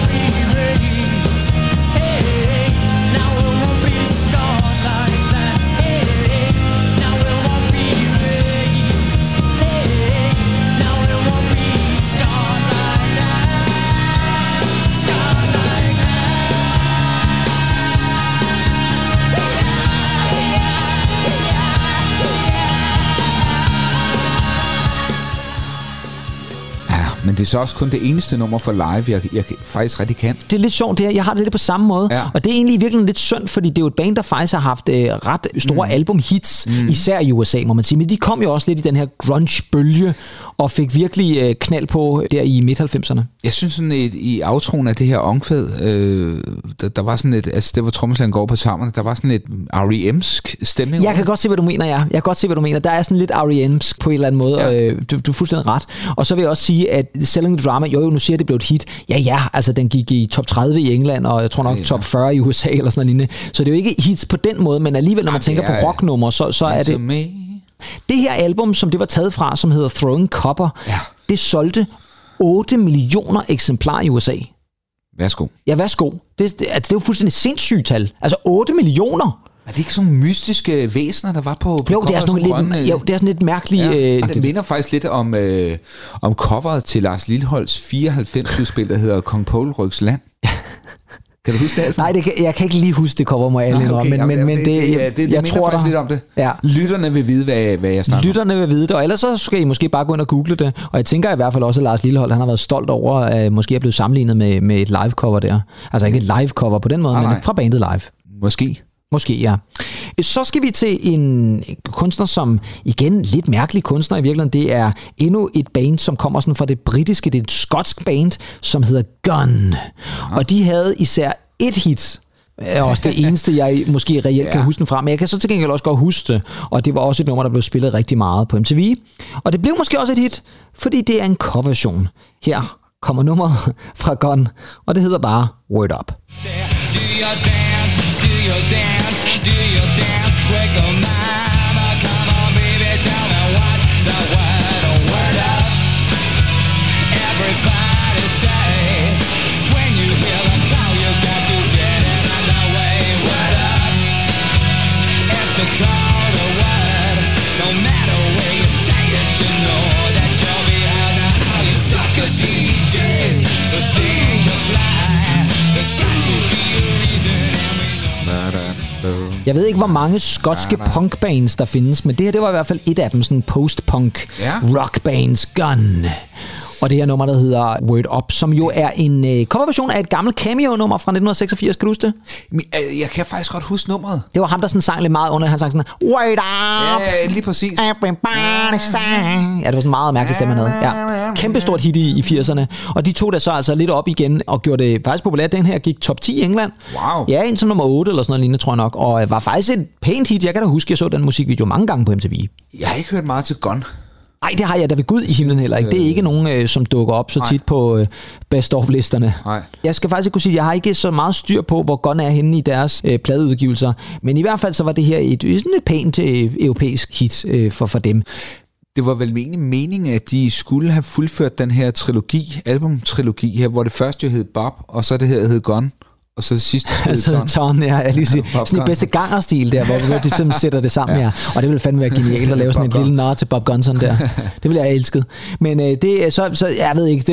Men det er så også kun det eneste nummer for live, jeg faktisk rigtig kan. Det er lidt sjovt, det her. Jeg har det lidt på samme måde. Ja. Og det er egentlig virkelig lidt synd, fordi det er jo et band, der faktisk har haft ret store albumhits, især i USA, må man sige. Men de kom jo også lidt i den her grunge-bølge, og fik virkelig knald på der i midt-90'erne. Jeg synes sådan i outroen af det her omkvæd, der var sådan et, altså det var trommeslageren går på sammen, der var sådan et R.E.M.sk stemning. Jeg kan godt se, hvad du mener, ja. Jeg kan godt se, hvad du mener. Der er sådan lidt R.E.M.sk på en eller anden måde. Ja. Du er fuldstændig ret. Og så vil jeg også sige, at Selling the Drama, jo, nu siger det blev et hit. Ja, altså den gik i top 30 i England, og jeg tror nok top 40 i USA, eller sådan noget lignende. Så det er jo ikke hits på den måde, men alligevel, når man tænker på rocknummer, så er det... Det her album, som det var taget fra, som hedder Throwing Copper, det solgte 8 millioner eksemplarer i USA. Værsgo. Ja, værsgo. Det er jo fuldstændig sindssygt tal. Altså 8 millioner. Er det ikke sådan nogle mystiske væsener, der var på jo, det er sådan lidt mærkeligt. Ja, det minder faktisk lidt om coveret til Lars Lilholds 94-udspil, der hedder Kong Poulryks Land. Kan du huske det? Nej, jeg kan ikke lige huske det cover, må jeg ærlig okay. men jeg tror faktisk lidt om det. Ja. Lytterne vil vide, hvad jeg snakker om. Lytterne vil vide det, og ellers så skal I måske bare gå ind og google det. Og jeg tænker i hvert fald også, at Lars Lilholt, han har været stolt over, at måske er blevet sammenlignet med et live cover der. Altså ikke et live cover på den måde, men fra bandet live. Måske, ja. Så skal vi til en kunstner, som igen, lidt mærkelig kunstner i virkeligheden. Det er endnu et band, som kommer sådan fra det britiske, det er et skotsk band, som hedder Gun. Og de havde især et hit, er også det eneste, jeg måske reelt kan huske den fra. Men jeg kan så til gengæld også godt huske det. Og det var også et nummer, der blev spillet rigtig meget på MTV. Og det blev måske også et hit, fordi det er en coverversion. Her kommer nummeret fra Gun, og det hedder bare Word Up. Do your dance quick, oh mama, come on baby, tell me what's the word up. Everybody say, when you hear the call, you got to get it underway. Word up, it's a call to word. No matter where you say it, you know that you'll be out now. You sucker DJs, the thing you fly. There's got to be a reason. Jeg ved ikke, hvor mange skotske punkbands der findes, men det her, det var i hvert fald et af dem, sådan post-punk rockbands, Gun. Og det her nummer, der hedder Word Up, som jo er en coverversion af et gammelt Cameo-nummer fra 1986, kan du huske det? Jeg kan faktisk godt huske nummeret. Det var ham, der sådan sang lidt meget under, han sang sådan, Word Up! Ja, lige præcis. Everybody sang. Ja, det var sådan en meget mærkelig stemme, han havde. Ja. Kæmpestort hit i 80'erne. Og de tog det så altså lidt op igen, og gjorde det faktisk populært. Den her gik top 10 i England. Wow. Ja, ind som nummer 8 eller sådan noget lignende, tror jeg nok. Og var faktisk et pænt hit. Jeg kan da huske, jeg så den musikvideo mange gange på MTV. Jeg har ikke hørt meget til Gun. Nej, det har jeg da ved Gud i himlen heller ikke. Det er ikke nogen, som dukker op så tit på best-of-listerne. Jeg skal faktisk ikke kunne sige, at jeg har ikke så meget styr på, hvor Gun er henne i deres pladeudgivelser. Men i hvert fald så var det her et pænt europæisk hit for dem. Det var vel egentlig meningen, at de skulle have fuldført den her albumtrilogi her, hvor det første jo hed Bob, og så det her hed Gun. Og så sidst altså Ton, ja, jeg lige sige. Sådan i bedste gangerstil der, hvor de simpelthen sætter det sammen her. Og det ville fandme være genialt at lave sådan et lille nar til Bob Gunson der. Det ville jeg elske. Men det er så jeg ved ikke,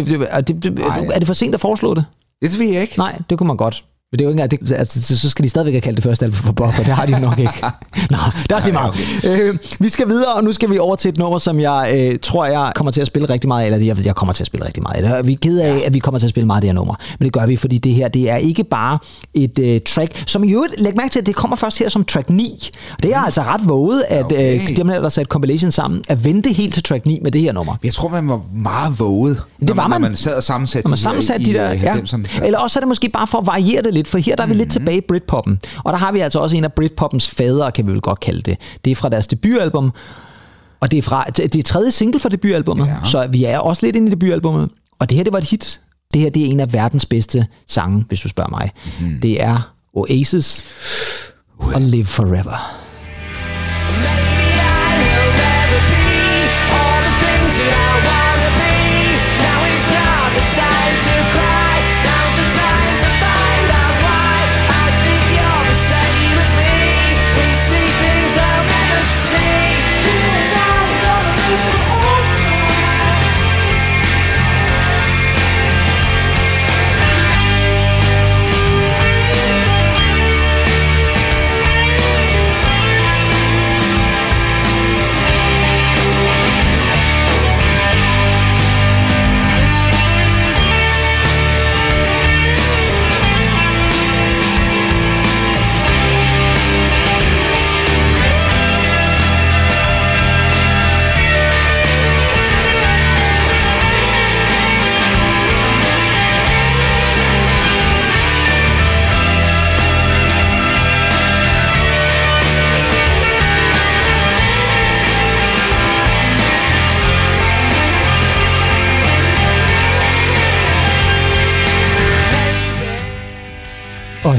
er det for sent at foreslå det? Det ved jeg ikke. Nej, det kunne man godt. Men det er jo ikke engang, altså, så skal de stadigvæk have kaldt det første album for Bob, og det har de jo nok ikke. Nå, det er også lige meget. Okay. Vi skal videre, og nu skal vi over til et nummer, som jeg tror, jeg kommer til at spille rigtig meget af, eller jeg kommer til at spille rigtig meget af. Vi er ked af, at vi kommer til at spille meget af det her nummer, men det gør vi, fordi det her, det er ikke bare et track, som i øvrigt, læg mærke til, at det kommer først her som track 9. Det er altså ret våget, at dem der sat compilation sammen, at vente helt til track 9 med det her nummer. Jeg tror, man var meget våget, det var man. Når man sad og sammensatte de der, ja. Eller også er det måske bare for at variere det lidt, for her der er vi lidt tilbage i Britpoppen. Og der har vi altså også en af Britpoppens fædre, kan vi vel godt kalde det. Det er fra deres debutalbum, og det er tredje single fra debutalbummet, så vi er også lidt inde i debutalbummet. Og det her, det var et hit. Det her, det er en af verdens bedste sange, hvis du spørger mig. Mm-hmm. Det er Oasis og Live Forever.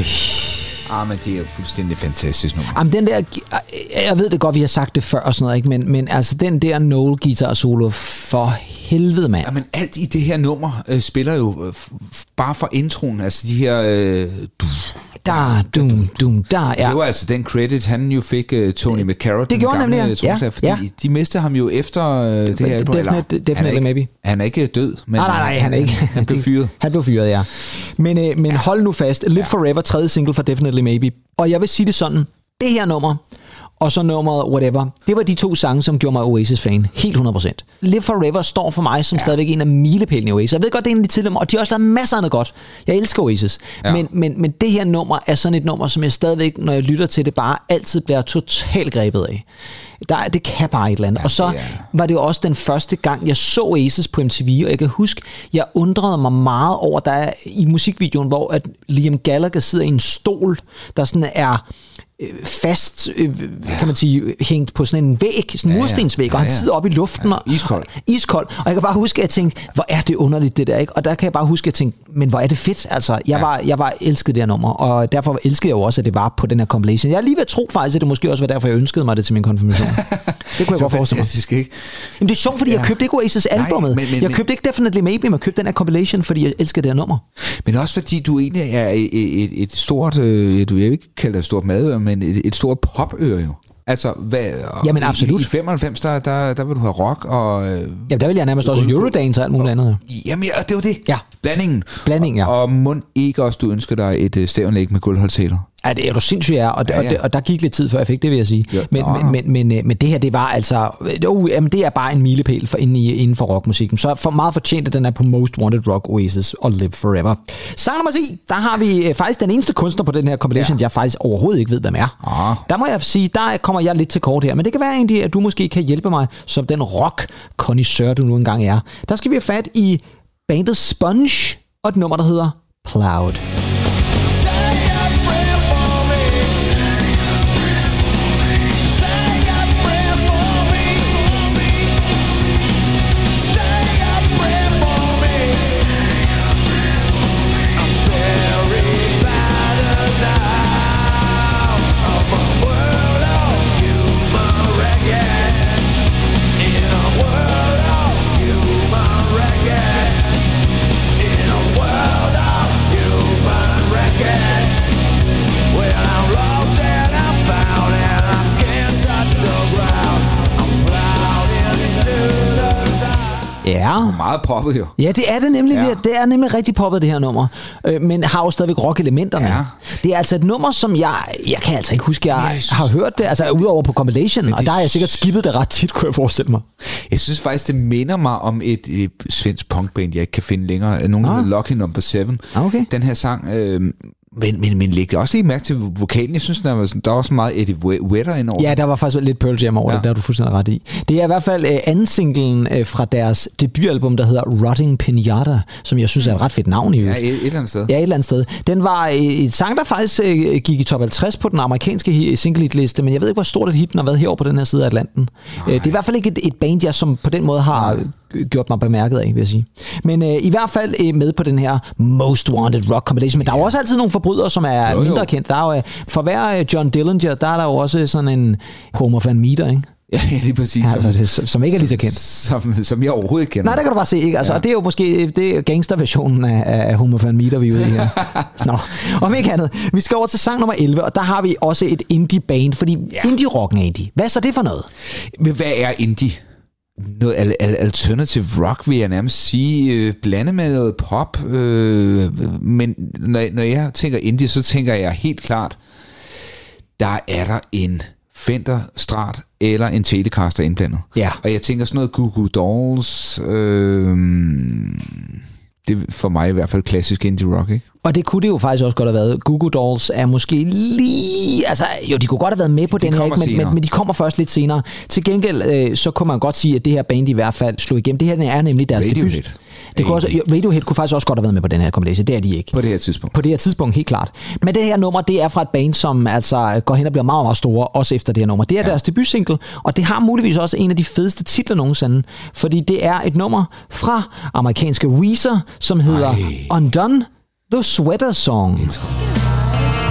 Men det er jo fuldstændig fantastisk nu. Jamen den der, jeg ved det godt, vi har sagt det før og sådan noget, ikke? Men altså den der Noel-guitar solo, for helvede, mand. Jamen alt i det her nummer spiller jo bare for introen, altså de her... Ja. Det var altså den credit, han jo fik Tony McCarrott. Det gjorde han nemlig, ja. Fordi de mistede ham jo efter det her album. Definitely maybe. Han er ikke død, men nej, han er ikke. Han blev fyret. Han blev fyret, ja. Men hold nu fast. Live Forever, tredje single for Definitely Maybe. Og jeg vil sige det sådan. Det her nummer, og så nummeret Whatever, det var de to sange, som gjorde mig Oasis-fan. Helt 100%. Live Forever står for mig som stadigvæk en af milepælene i Oasis. Jeg ved godt, det er en af de tidligere, og de har også lavet masser af noget godt. Jeg elsker Oasis. Ja. Men det her nummer er sådan et nummer, som jeg stadigvæk, når jeg lytter til det, bare altid bliver totalt grebet af. Det kan bare et eller andet. Og så var det jo også den første gang, jeg så Oasis på MTV, og jeg kan huske, jeg undrede mig meget over, der er i musikvideoen, hvor at Liam Gallagher sidder i en stol, der sådan er fast, kan man sige, hængt på sådan en væg, sådan en murstensvæg, og han sidder oppe i luften. Og iskold. Og jeg kan bare huske, at jeg tænkte, hvor er det underligt, det der, ikke? Og der kan jeg bare huske, at jeg tænkte, men hvor er det fedt, altså. Jeg var elsket det her nummer, og derfor elskede jeg jo også, at det var på den her compilation. Jeg er lige ved at tro faktisk, at det måske også var derfor, jeg ønskede mig det til min konfirmation. Det kunne jeg godt forestille mig. Ikke? Jamen det er sjovt, fordi jeg købte ikke Oasis albummet. Jeg købte ikke Definitely Maybe, men jeg købte den her compilation, fordi jeg elsker det her nummer. Men også fordi du egentlig er et stort, du vil ikke kalde det et stort madøre, men et stort popøre jo. Altså, jamen absolut. I 95, der vil du have rock og... Jamen, der vil jeg nærmest også Eurodance og alt muligt andet. Jamen, det var det. Ja. Blandingen, ja. Og mund ikke også, du ønsker dig et stævnlæg med guldholdtaler. Ja, det er du sindssygt, ja. Og der gik lidt tid, før jeg fik det, vil jeg sige. Ja. Men det her, det var altså... jamen, det er bare en milepæl inden for rockmusikken. Så for meget fortjent, at den er på Most Wanted Rock, Oasis og Live Forever. Sang nummer 10, der har vi faktisk den eneste kunstner på den her compilation, jeg faktisk overhovedet ikke ved, hvem er. Der må jeg sige, der kommer jeg lidt til kort her. Men det kan være egentlig, at du måske kan hjælpe mig, som den rock-kondisseur, du nu engang er. Der skal vi have fat i bandet Sponge og et nummer, der hedder Cloud. Ja. Meget poppet jo. Ja, det er det nemlig. Ja. Det er nemlig rigtig poppet, det her nummer. Men har jo stadigvæk rock-elementerne. Ja. Det er altså et nummer, som jeg kan altså ikke huske, jeg har hørt det, altså udover på compilation, og der har jeg sikkert skippet det ret tit, kunne jeg forestille mig. Jeg synes faktisk, det minder mig om et svensk punkband, jeg ikke kan finde længere. Nogen, der hedder Lucky Number 7. Okay. Den her sang... Men læg også lige mærke til vokalen. Jeg synes, der var så meget Eddie Vedder indover. Ja, der var faktisk lidt Pearl Jam over det, der er du fuldstændig ret i. Det er i hvert fald anden singlen fra deres debutalbum, der hedder Rotting Pinata, som jeg synes er et ret fedt navn i øvrigt. Ja, et eller andet sted. Ja, et eller andet sted. Den var et sang, der faktisk gik i top 50 på den amerikanske single-hit-liste, men jeg ved ikke, hvor stort et hit den har været herovre på den her side af Atlanten. Det er i hvert fald ikke et band, jeg som på den måde har... gjort mig bemærket af, vil jeg sige. Men i hvert fald med på den her Most Wanted Rock compilation. Men der er jo også altid nogle forbrydere, som er mindre kendt. Der er jo, for hver John Dillinger, der er der jo også sådan en Homer Van Meter, ikke? Ja, lige præcis. Ja, altså, som ikke er lige så kendt. Som jeg overhovedet ikke kender. Nej, der kan du bare se, ikke? Altså, og det er jo måske gangsterversionen af Homer Van Meter, vi er ude i her. Nå, om ikke andet. Vi skal over til sang nummer 11, og der har vi også et indie-band, fordi indie-rocken er indie. Hvad er så det for noget? Men hvad er indie? Noget alternative rock, vil jeg nærmest sige, blande med noget pop, men når jeg tænker indie, så tænker jeg helt klart, der er der en Fender Strat eller en Telecaster indblandet. Ja. Og jeg tænker sådan noget Goo Goo Dolls, det er for mig i hvert fald klassisk indie rock, ikke? Og det kunne det jo faktisk også godt have været. Goo Goo Dolls er måske lige... Altså, jo, de kunne godt have været med på den her, ikke? Men de kommer først lidt senere. Til gengæld, så kunne man godt sige, at det her band i hvert fald slog igennem. Det her er nemlig deres debut. Radiohead kunne faktisk også godt have været med på den her compilation. Det er de ikke. På det her tidspunkt. På det her tidspunkt, helt klart. Men det her nummer, det er fra et band, som altså går hen og bliver meget, meget store, også efter det her nummer. Det er deres debutsingle, og det har muligvis også en af de fedeste titler nogensinde. Fordi det er et nummer fra amerikanske Weezer, som hedder Undone the Sweater Song.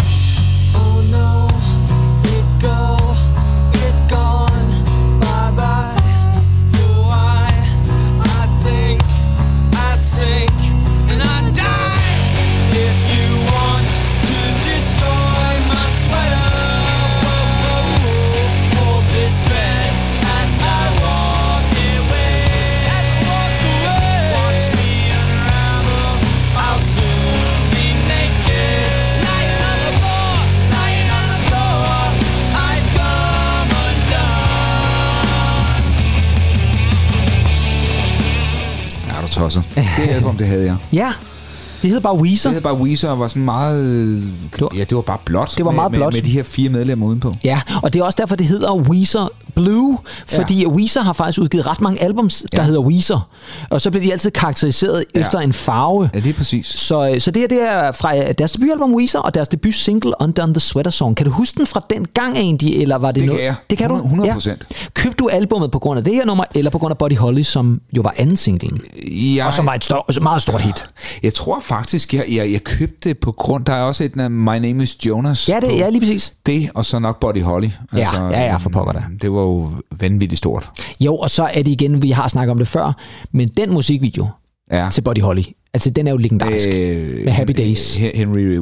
tosset. Det album, det havde jeg. Ja, det hed bare Weezer. Det hed bare Weezer og var sådan meget... Ja, det var bare blåt. Det var meget blåt. Med de her 4 medlemmer udenpå. Ja, og det er også derfor, det hedder Weezer Blue, fordi Weezer har faktisk udgivet ret mange albums, der hedder Weezer. Og så bliver de altid karakteriseret efter en farve. Ja, det er præcis. Så det her, det er fra deres debutalbum Weezer, og deres debutsingle Undone the Sweater Song. Kan du huske den fra den gang egentlig, eller var det noget? Kan jeg. Det kan du? 100%. Ja. Købte du albumet på grund af det her nummer, eller på grund af Buddy Holly, som jo var anden singlen? Og som var et meget stort hit. Jeg tror faktisk, jeg købte det på grund... Der er også et af My Name is Jonas. Ja, det er lige præcis. Det, og så nok Buddy Holly. Altså, ja, for pokker da. Det var jo vanvittigt stort. Jo, og så er det igen, vi har snakket om det før, men den musikvideo til Buddy Holly, altså den er jo legendarisk. Med Happy Days. Henry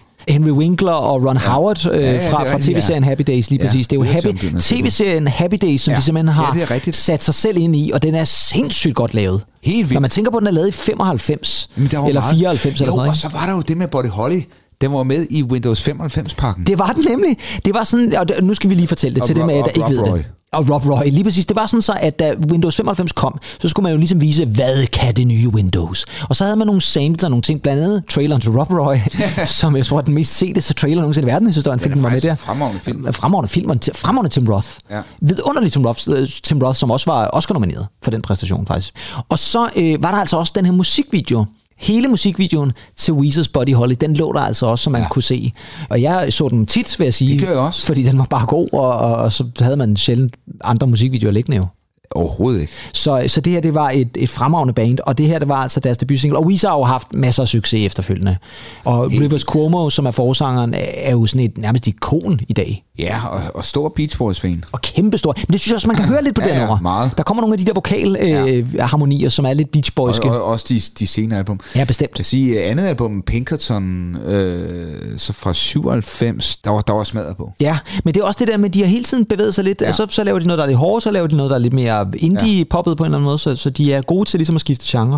Winkler og Ron Howard fra tv-serien Happy Days, lige præcis. Det er jo tv-serien Happy Days, som de simpelthen har sat sig selv ind i, og den er sindssygt godt lavet. Helt vildt. Når man tænker på, at den er lavet i 95 eller 94 eller sådan noget. Og så var der jo det med Buddy Holly. Den var med i Windows 95-pakken. Det var den nemlig. Det var sådan, og nu skal vi lige fortælle det til dem, der ikke ved det. Og Rob Roy, lige præcis. Det var sådan så, at da Windows 95 kom, så skulle man jo ligesom vise, hvad kan det nye Windows? Og så havde man nogle samples og nogle ting, blandt andet traileren til Rob Roy, som jeg tror er den mest sete trailer nogensinde i verden. Jeg synes, der var en film, der var med der. Fremragende film. Fremragende Tim Roth. Ja. Vidunderlig Tim Roth, som også var Oscar-nomineret for den præstation faktisk. Og så var der altså også den her musikvideo. Hele musikvideoen til Weezers Buddy Holly, den lå der altså også, som man kunne se. Og jeg så den tit, vil jeg sige. Det gør jeg også. Fordi den var bare god, og så havde man sjældent andre musikvideoer liggende jo. Overhovedet ikke. Så det her, det var et fremragende band, og det her, det var altså deres debutsingle. Og Weezer har jo haft masser af succes efterfølgende. Og Rivers Cuomo, som er forsangeren, er jo sådan et nærmest ikon i dag. Ja, og stor Beach Boys-fan. Og kæmpestor. Men det synes jeg også, man kan høre lidt på det nummer. Meget. Der kommer nogle af de der vokalharmonier, som er lidt Beach Boyske. Og også de senere album. Ja, bestemt. Jeg kan sige, andet album, Pinkerton, så fra 97, der var smadret på. Ja, men det er også det der med, at de har hele tiden bevæget sig lidt. Ja. Så laver de noget, der er lidt hårdt, så laver de noget, der er lidt mere indie-poppet på en eller anden måde, så de er gode til ligesom at skifte genre.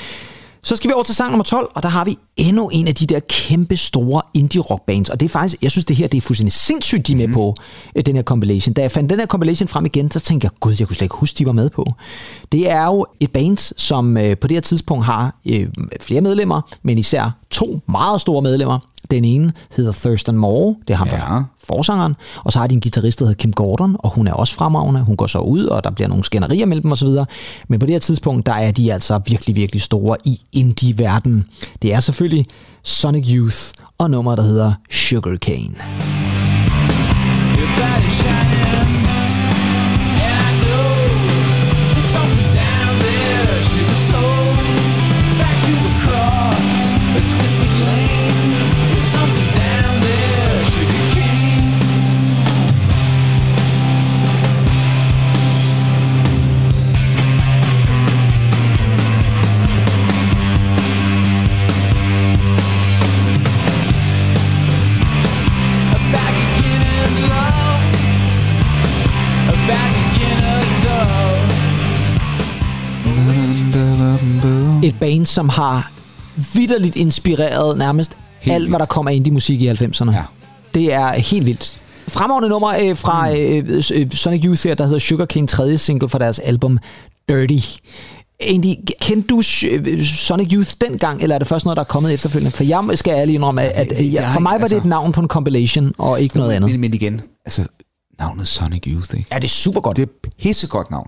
Så skal vi over til sang nummer 12, og der har vi endnu en af de der kæmpe store indie-rock-bands, og det er faktisk, jeg synes det her, det er fuldstændig sindssygt, de er med på den her compilation. Da jeg fandt den her compilation frem igen, så tænkte jeg, gud, jeg kunne slet ikke huske, de var med på. Det er jo et band, som på det her tidspunkt har flere medlemmer, men især 2 meget store medlemmer. Den ene hedder Thurston Moore, det er ham, der forsangeren, og så har de en guitarist, der hedder Kim Gordon, og hun er også fremragende. Hun går så ud, og der bliver nogle skænderier mellem dem osv. Men på det her tidspunkt, der er de altså virkelig, virkelig store i indie-verden. Det er selvfølgelig Sonic Youth og nummer, der hedder Sugarcane. Et band, som har vitterligt inspireret nærmest helt alt, hvad der kom af indie-musik i 90'erne. Ja. Det er helt vildt. Fremragende nummer fra Sonic Youth her, der hedder Sugarcane, 3. single fra deres album Dirty. Egentlig, kendte du Sonic Youth dengang, eller er det først noget, der er kommet efterfølgende? For jeg skal ærlig indrømme, at for mig var det et navn på en compilation, og ikke noget andet. Men igen, altså navnet Sonic Youth, ikke? Ja, det er super godt. Det er pissegodt navn.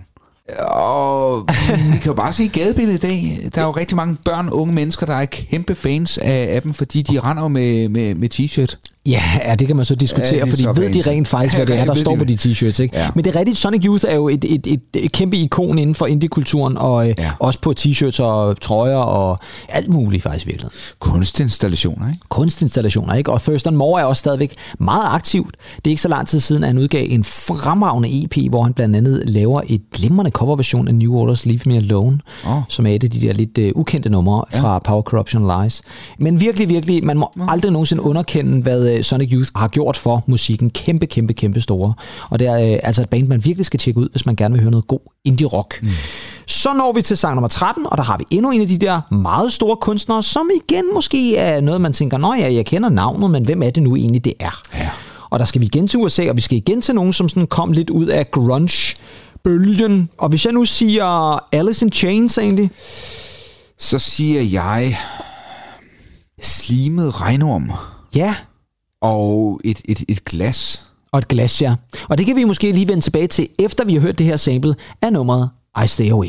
Og vi kan jo bare se gadebilledet i dag. Der er jo rigtig mange børn og unge mennesker, der er kæmpe fans af dem, fordi de render jo med t-shirt. Ja, det kan man så diskutere, fordi ved de rent faktisk, hvad det er, der står på de t-shirts, ikke? Ja. Men det er rigtigt, Sonic Youth er jo et kæmpe ikon inden for indie-kulturen, og også på t-shirts og trøjer og alt muligt faktisk virkelig. Kunstinstallationer, ikke? Kunstinstallationer, ikke? Og Thurston Moore er også stadigvæk meget aktivt. Det er ikke så lang tid siden, at han udgav en fremragende EP, hvor han blandt andet laver et glimrende coverversion af New Order's Leave Me Alone, som er et af de der lidt ukendte numre fra Power, Corruption, Lies. Men virkelig, virkelig, man må aldrig nogensinde underkende, hvad Sonic Youth har gjort for musikken. Kæmpe store. Og det er altså et band, man virkelig skal tjekke ud, hvis man gerne vil høre noget god indie-rock. Så når vi til sang nummer 13, og der har vi endnu en af de der meget store kunstnere, som igen måske er noget, man tænker, nå ja, jeg kender navnet, men hvem er det nu egentlig, det er? Ja. Og der skal vi igen til USA, og vi skal igen til nogen, som sådan kom lidt ud af grunge-bølgen. Og hvis jeg nu siger Alice in Chains egentlig? Så siger jeg slimet regnorm Ja, og et glas. og et glas, ja. Og det kan vi måske lige vende tilbage til, efter vi har hørt det her sample af nummeret I Stay Away.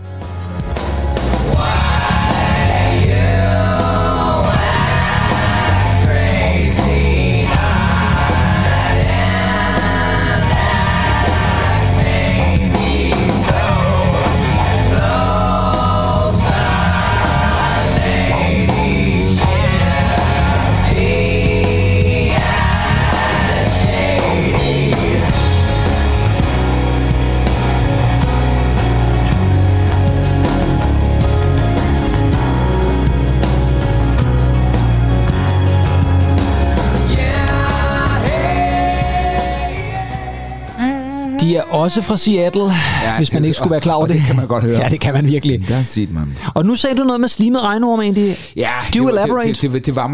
De er også fra Seattle, hvis man ikke skulle være klar over det. Det kan man godt høre. Ja, det kan man virkelig. Der set man. Og nu sagde du noget med slimet regnorm, egentlig. Ja, Do elaborate? Det var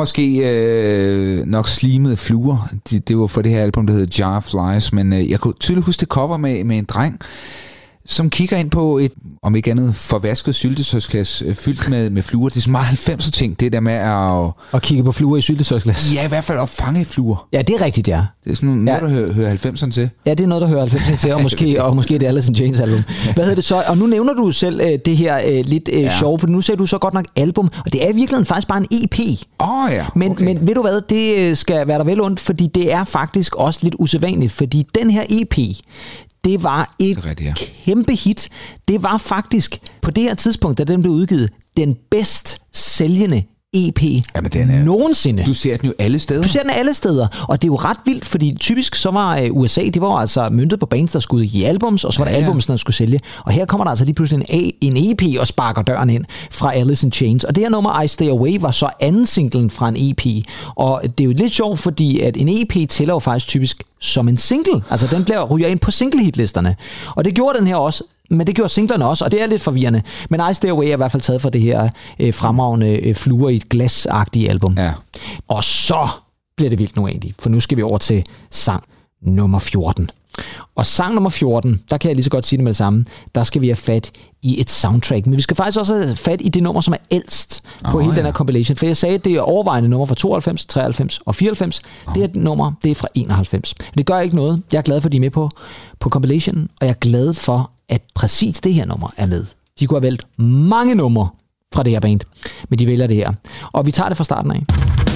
måske nok slimede fluer. Det var for det her album, der hedder Jar of Flies, men jeg kunne tydeligt huske det cover med en dreng, som kigger ind på et, om ikke andet, forvasket syltetøjsglas fyldt med fluer. Det er så meget 90'er ting, det der med at kigge på fluer i syltetøjsglas. Ja, i hvert fald at fange fluer. Ja, det er rigtigt, ja. Det er sådan noget, der hører 90'erne til. Ja, det er noget, der hører 90'erne til, og måske det er Alice in Chains album. Hvad hedder det så? Og nu nævner du selv det her lidt sjov, for nu ser du så godt nok album, og det er i virkeligheden faktisk bare en EP. Ja, Men, okay. men ved du hvad, det skal være der vel ondt, fordi det er faktisk også lidt usædvanligt, fordi den her EP, det var et kæmpe hit. Det var faktisk på det her tidspunkt, da den blev udgivet, den bedst sælgende EP nogensinde. Du ser den jo alle steder. Du ser den alle steder, og det er jo ret vildt, fordi typisk så var USA, det var altså møntet på bands, der skulle i albums, og så var der albums, der skulle sælge. Og her kommer der altså lige pludselig en EP og sparker døren ind fra Alice in Chains. Og det her nummer, I Stay Away, var så anden singlen fra en EP. Og det er jo lidt sjovt, fordi at en EP tæller jo faktisk typisk som en single. Altså den ryger ind på single-hitlisterne. Og det gjorde den her også. Men det gjorde singlerne også, og det er lidt forvirrende. Men I Stay Away er i hvert fald taget fra det her fremragende fluer i et glasagtige album. Ja. Og så bliver det vildt nu egentlig, for nu skal vi over til sang nummer 14. Og sang nummer 14, der kan jeg lige så godt sige det med det samme, der skal vi have fat i et soundtrack. Men vi skal faktisk også have fat i det nummer, som er ældst på hele den her compilation. For jeg sagde, at det er overvejende nummer fra 92, 93 og 94. Det her nummer, det er fra 91. Det gør ikke noget. Jeg er glad for, at de er med på compilationen, og jeg er glad for, at præcis det her nummer er med. De kunne have valgt mange numre fra det her band, men de vælger det her. Og vi tager det fra starten af.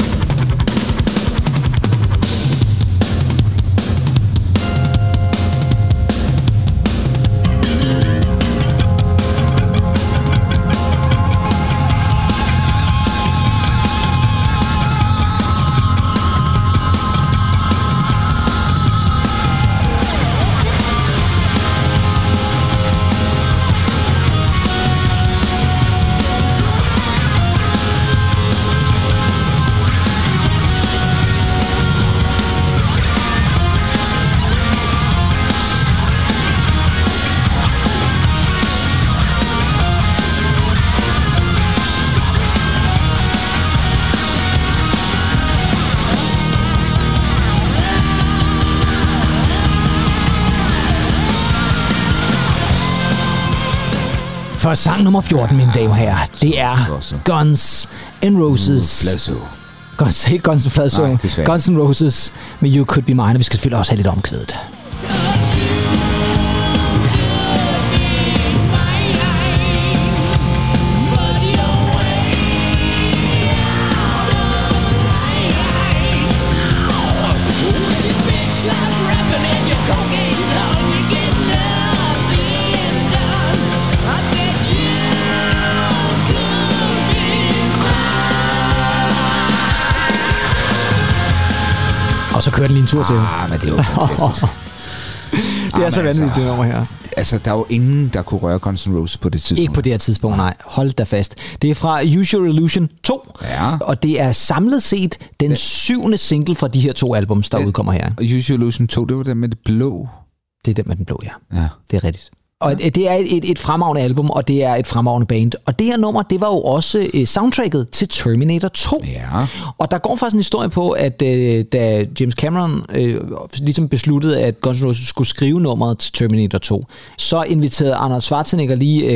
For sang nummer 14, mine damer og herrer, det er Guns N' Roses. Ikke Guns N' Flazo. Guns N' Roses med You Could Be Mine. Og vi skal selvfølgelig også have lidt omkvædet. Og så kører den lige en tur til. Men det er jo fantastisk. Det er så vanvittigt, det nummer her. Altså, der er jo ingen, der kunne røre Guns N' Roses på det tidspunkt. Ikke på det her tidspunkt, nej. Hold da fast. Det er fra Use Your Illusion 2, og det er samlet set den 7. single fra de her 2 albums, der udkommer her. Use Your Illusion 2, det var den med det blå. Det er den med den blå, ja. Det er rigtigt. Og det er et fremragende album, og det er et fremragende band. Og det her nummer, det var jo også soundtracket til Terminator 2. Ja. Og der går faktisk en historie på, at da James Cameron ligesom besluttede, at Guns N' Roses skulle skrive nummeret til Terminator 2, så inviterede Arnold Schwarzenegger lige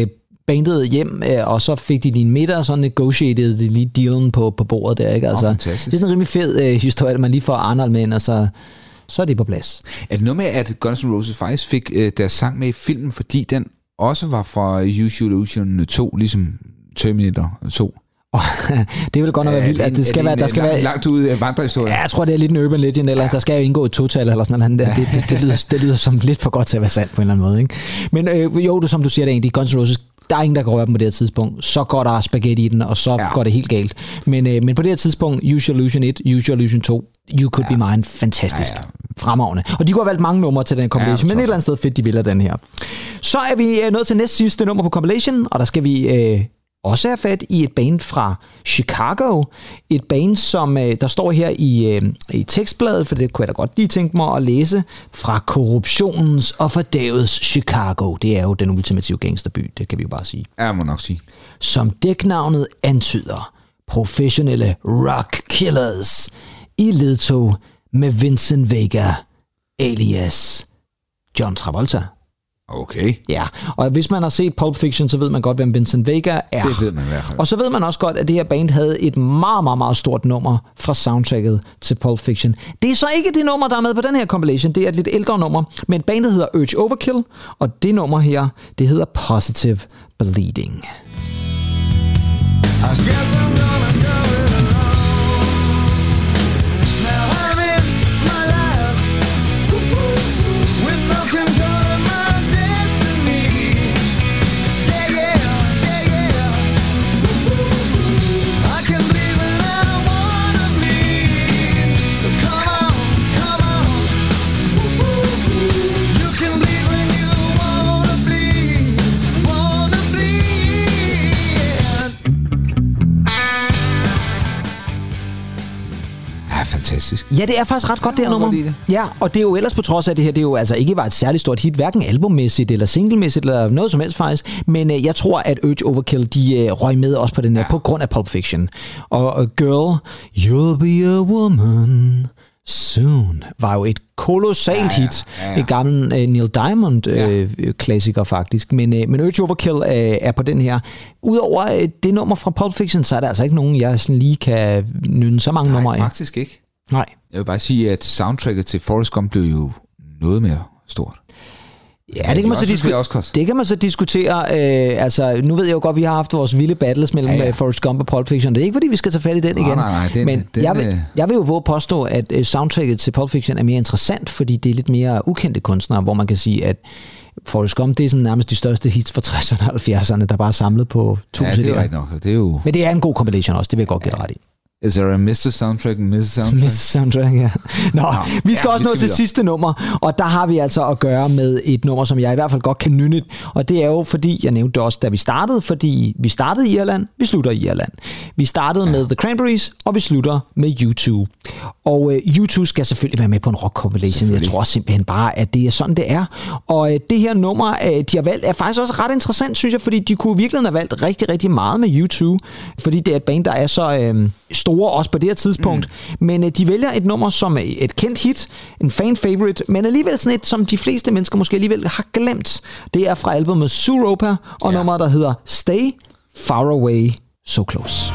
bandet hjem, og så fik de din middag, og så negotiated de lige dealen på bordet der, ikke? Altså, det er sådan en rimelig fed historie, at man lige får Arnold med ind, og så er det på plads. Er det noget med, at Guns N' Roses faktisk fik deres sang med i filmen, fordi den også var fra Use Your Illusion 2, ligesom Terminator 2? Det vil godt nok være vildt, at det skal være, der skal være langt ud af vandrehistorien. Ja, jeg tror, det er lidt en urban legend, eller der skal jo indgå et total eller sådan noget. Det lyder som lidt for godt til at være sandt på en eller anden måde, ikke? Men jo, som du siger, det er egentlig Guns N' Roses. Der er ingen, der kan røre dem på det her tidspunkt. Så går der spaghetti i den, og så går det helt galt. Men på det her tidspunkt, Use Your Illusion 1, Use Your Illusion 2, You Could Be Mine, fantastisk. Fremragende. Og de kunne have valgt mange numre til den compilation, men et eller andet sted fedt, de vælger den her. Så er vi nået til næst sidste nummer på compilation, og der skal vi også have fat i et band fra Chicago. Et band, som der står her i tekstbladet, for det kunne jeg da godt lige tænke mig at læse, fra korruptionens og fordævets Chicago. Det er jo den ultimative gangsterby, det kan vi jo bare sige. Ja, må nok sige. Som dæknavnet antyder, professionelle rock killers i ledtog med Vincent Vega, alias John Travolta. Okay. Ja, og hvis man har set Pulp Fiction, så ved man godt, hvem Vincent Vega er. Det ved man i hvert fald. Og så ved man også godt, at det her band havde et meget, meget, meget stort nummer fra soundtracket til Pulp Fiction. Det er så ikke det nummer, der er med på den her compilation. Det er et lidt ældre nummer, men bandet hedder Urge Overkill, og det nummer her, det hedder Positive Bleeding. I guess I'm gonna go it alone. Now I'm in my life with no control of my destiny. Yeah, yeah, yeah, yeah. I can bleed when I wanna bleed. So come on, come on. You can bleed when you wanna bleed, wanna bleed. Ja, fantastisk. Ja, det er faktisk ret godt, det her nummer. Ja, og det er jo ellers på trods af det her, det er jo altså ikke var et særligt stort hit, hverken albummæssigt eller singlemæssigt eller noget som helst faktisk, men jeg tror, at Urge Overkill, de røg med også på den her, på grund af Pulp Fiction. Og Girl, You'll Be a Woman Soon var jo et kolossalt hit. Et gammel Neil Diamond-klassiker faktisk. Men Urge Overkill er på den her. Udover det nummer fra Pulp Fiction, så er der altså ikke nogen, jeg sådan lige kan nynne så mange numre af. Nej, faktisk ikke. Nej. Jeg vil bare sige, at soundtracket til Forrest Gump blev jo noget mere stort. Ja, det kan man så diskutere. Altså, nu ved jeg jo godt, at vi har haft vores vilde battles mellem Forrest Gump og Pulp Fiction. Det er ikke, fordi vi skal tage fat i den igen. Men jeg vil jo våge påstå, at soundtracket til Pulp Fiction er mere interessant, fordi det er lidt mere ukendte kunstnere, hvor man kan sige, at Forrest Gump, det er sådan nærmest de største hits fra 60'erne og 70'erne, der bare er samlet på 2 CD'er. Ja, det er rigtigt nok. Det er jo... Men det er en god combination også, det vil jeg godt give ret i. Is there a Mr. Soundtrack, Mrs. Soundtrack? Mrs. Soundtrack, ja. Vi skal også nå til sidste nummer, og der har vi altså at gøre med et nummer, som jeg i hvert fald godt kan nynne. Og det er jo, fordi, jeg nævnte det også, da vi startede, fordi vi startede i Irland, vi slutter i Irland. Vi startede med The Cranberries, og vi slutter med U2. Og U2 skal selvfølgelig være med på en rock compilation. Jeg tror simpelthen bare, at det er sådan, det er. Og det her nummer, de har valgt, er faktisk også ret interessant, synes jeg, fordi de kunne virkelig have valgt rigtig, rigtig meget med U2. Fordi det er et band, der er så store også på det her tidspunkt. Men de vælger et nummer som et kendt hit, en fan favorite, men alligevel sådan et, som de fleste mennesker måske alligevel har glemt. Det er fra albumet Zooropa, og nummeret, der hedder Stay Far Away So Close.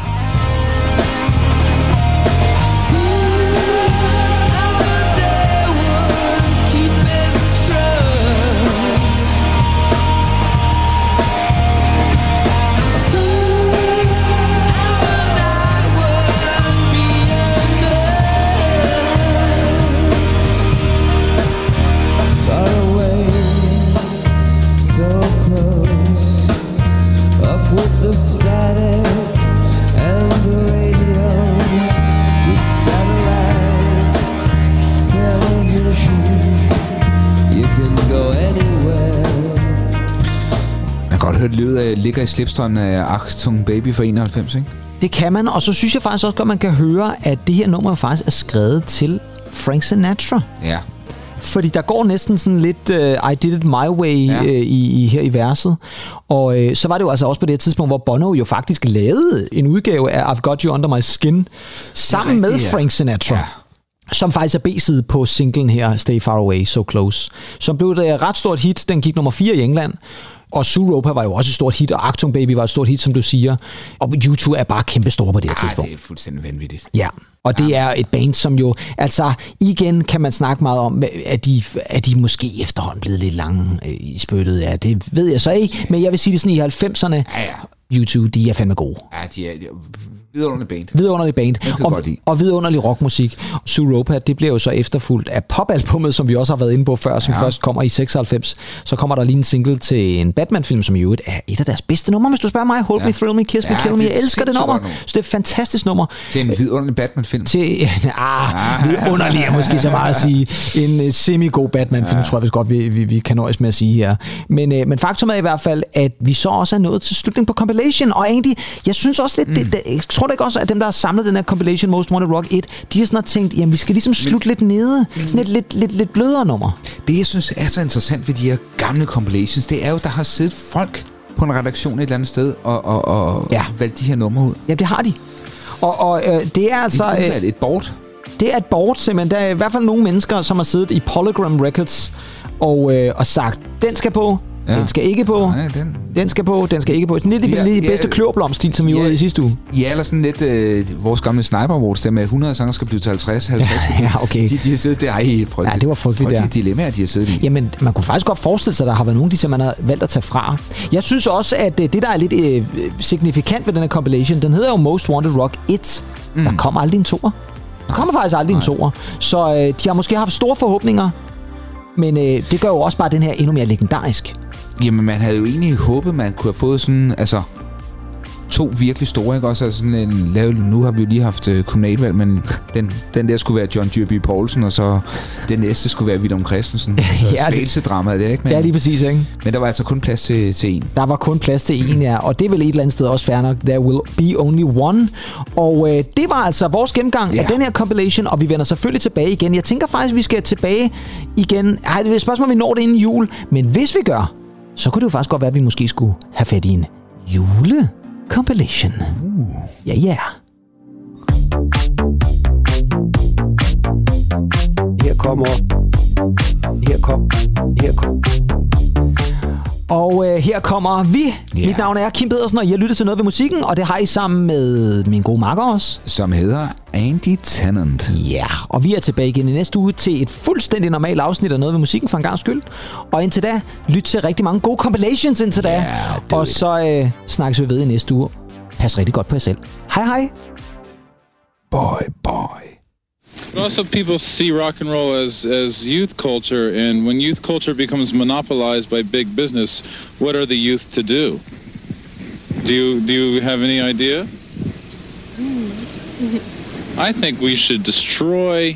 The static and the radio with satellite television. You can go anywhere. Man kan godt høre, at livet ligger i slipstrømmen af Achtung Baby fra 91, ikke? Det kan man, og så synes jeg faktisk også godt, man kan høre, at det her nummer faktisk er skrevet til Frank Sinatra. Ja. Fordi der går næsten sådan lidt I did it my way her i verset. Og så var det jo altså også på det tidspunkt, hvor Bono jo faktisk lavede en udgave af I've Got You Under My Skin sammen med Frank Sinatra. som faktisk er B-side på singlen her, Stay Far Away, So Close, som blev et ret stort hit. Den gik nummer 4 i England. Og Zooropa var jo også et stort hit, og Achtung Baby var et stort hit, som du siger. Og U2 er bare kæmpe store på det her tidspunkt. Det er fuldstændig vanvittigt. Ja, og det er et band, som jo... Altså, igen kan man snakke meget om, at de måske efterhånden blevet lidt lange i spyttet. Ja, det ved jeg så ikke. Men jeg vil sige det sådan, i 90'erne, U2, de er fandme gode. Ja, de er vidunderlig band. Og vidunderlig rockmusik. Zooropa, det bliver jo så efterfulgt af popalbummet, som vi også har været inde på før, som først kommer i 96. Så kommer der lige en single til en Batman-film, som i øvrigt er et af deres bedste numre, hvis du spørger mig. Hold Me, Thrill Me, Kiss Me, Kill Me. Jeg elsker det nummer. Så det er et fantastisk nummer. Til en vidunderlig Batman-film. Vidunderlig er måske så meget at sige. En semi-god Batman-film, tror jeg vist godt, vi kan nøjes med at sige her. Men faktum er i hvert fald, at vi så også er nået til slutningen på compilation, og egentlig, jeg synes også lidt, tror du ikke også, at dem, der har samlet den her compilation Most Wanted Rock 1, de har sådan tænkt, jamen vi skal ligesom slutte lidt nede, sådan et lidt blødere nummer. Det, jeg synes er så interessant ved de her gamle compilations, det er jo, der har siddet folk på en redaktion et eller andet sted og valgt de her numre ud. Ja, det har de. Og det er altså... et board. Det er et board, simpelthen. Der er i hvert fald nogle mennesker, som har siddet i Polygram Records og sagt, den skal på, den skal ikke på, den skal på, den skal ikke på. Sådan lidt i bedste kløverblomstil, som vi var i sidste uge. Ja, eller sådan lidt vores gamle Sniper Awards, der med 100 sange skal blive til 50. Ja, okay. De har siddet der i frygteligt. Ja, det var frygteligt der. Dilemmaer, de har siddet i. Jamen, man kunne faktisk godt forestille sig, at der har været nogen, de man har valgt at tage fra. Jeg synes også, at det, der er lidt signifikant ved den her compilation, den hedder jo Most Wanted Rock 1. Der kommer aldrig en toer. Der kommer faktisk aldrig en toer. Så de har måske haft store forhåbninger, men det gør jo også bare den her endnu mere legendarisk. Jamen, man havde jo egentlig håbet, man kunne have fået sådan, altså, 2 virkelig store, ikke også? Altså sådan en, nu har vi jo lige haft kommunalvalg, men den der skulle være John Dyrby Paulsen, og så den næste skulle være Villum Christensen. Altså Slagelse-dramaet, det er ikke? Men, ja, lige præcis, ikke? Men der var altså kun plads til en. Der var kun plads til en, ja. Og det er vel et eller andet sted også fair nok. There will be only one. Og det var altså vores gennemgang af den her compilation, og vi vender selvfølgelig tilbage igen. Jeg tænker faktisk, vi skal tilbage igen. Ej, det er et spørgsmål, vi når det inden jul. Men hvis vi gør, så kunne det jo faktisk godt være, at vi måske skulle have fat i en compilation. Ja. Her kommer. Og her kommer vi. Yeah. Mit navn er Kim Pedersen, og I har lyttet til Noget ved musikken, og det har I sammen med min gode makker også, som hedder Andy Tennant. Ja, og vi er tilbage igen i næste uge til et fuldstændig normalt afsnit af Noget ved musikken for en gang skyld. Og indtil da, lyt til rigtig mange gode compilations indtil da. Og så snakkes vi ved i næste uge. Pas rigtig godt på jer selv. Hej. Bye. But also people see rock and roll as youth culture, and when youth culture becomes monopolized by big business, what are the youth to do? Do you have any idea? I think we should destroy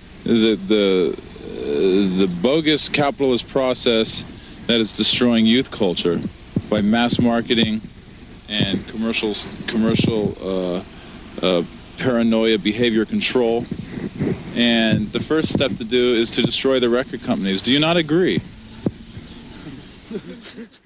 the bogus capitalist process that is destroying youth culture by mass marketing and commercial paranoia, behavior control. And the first step to do is to destroy the record companies. Do you not agree?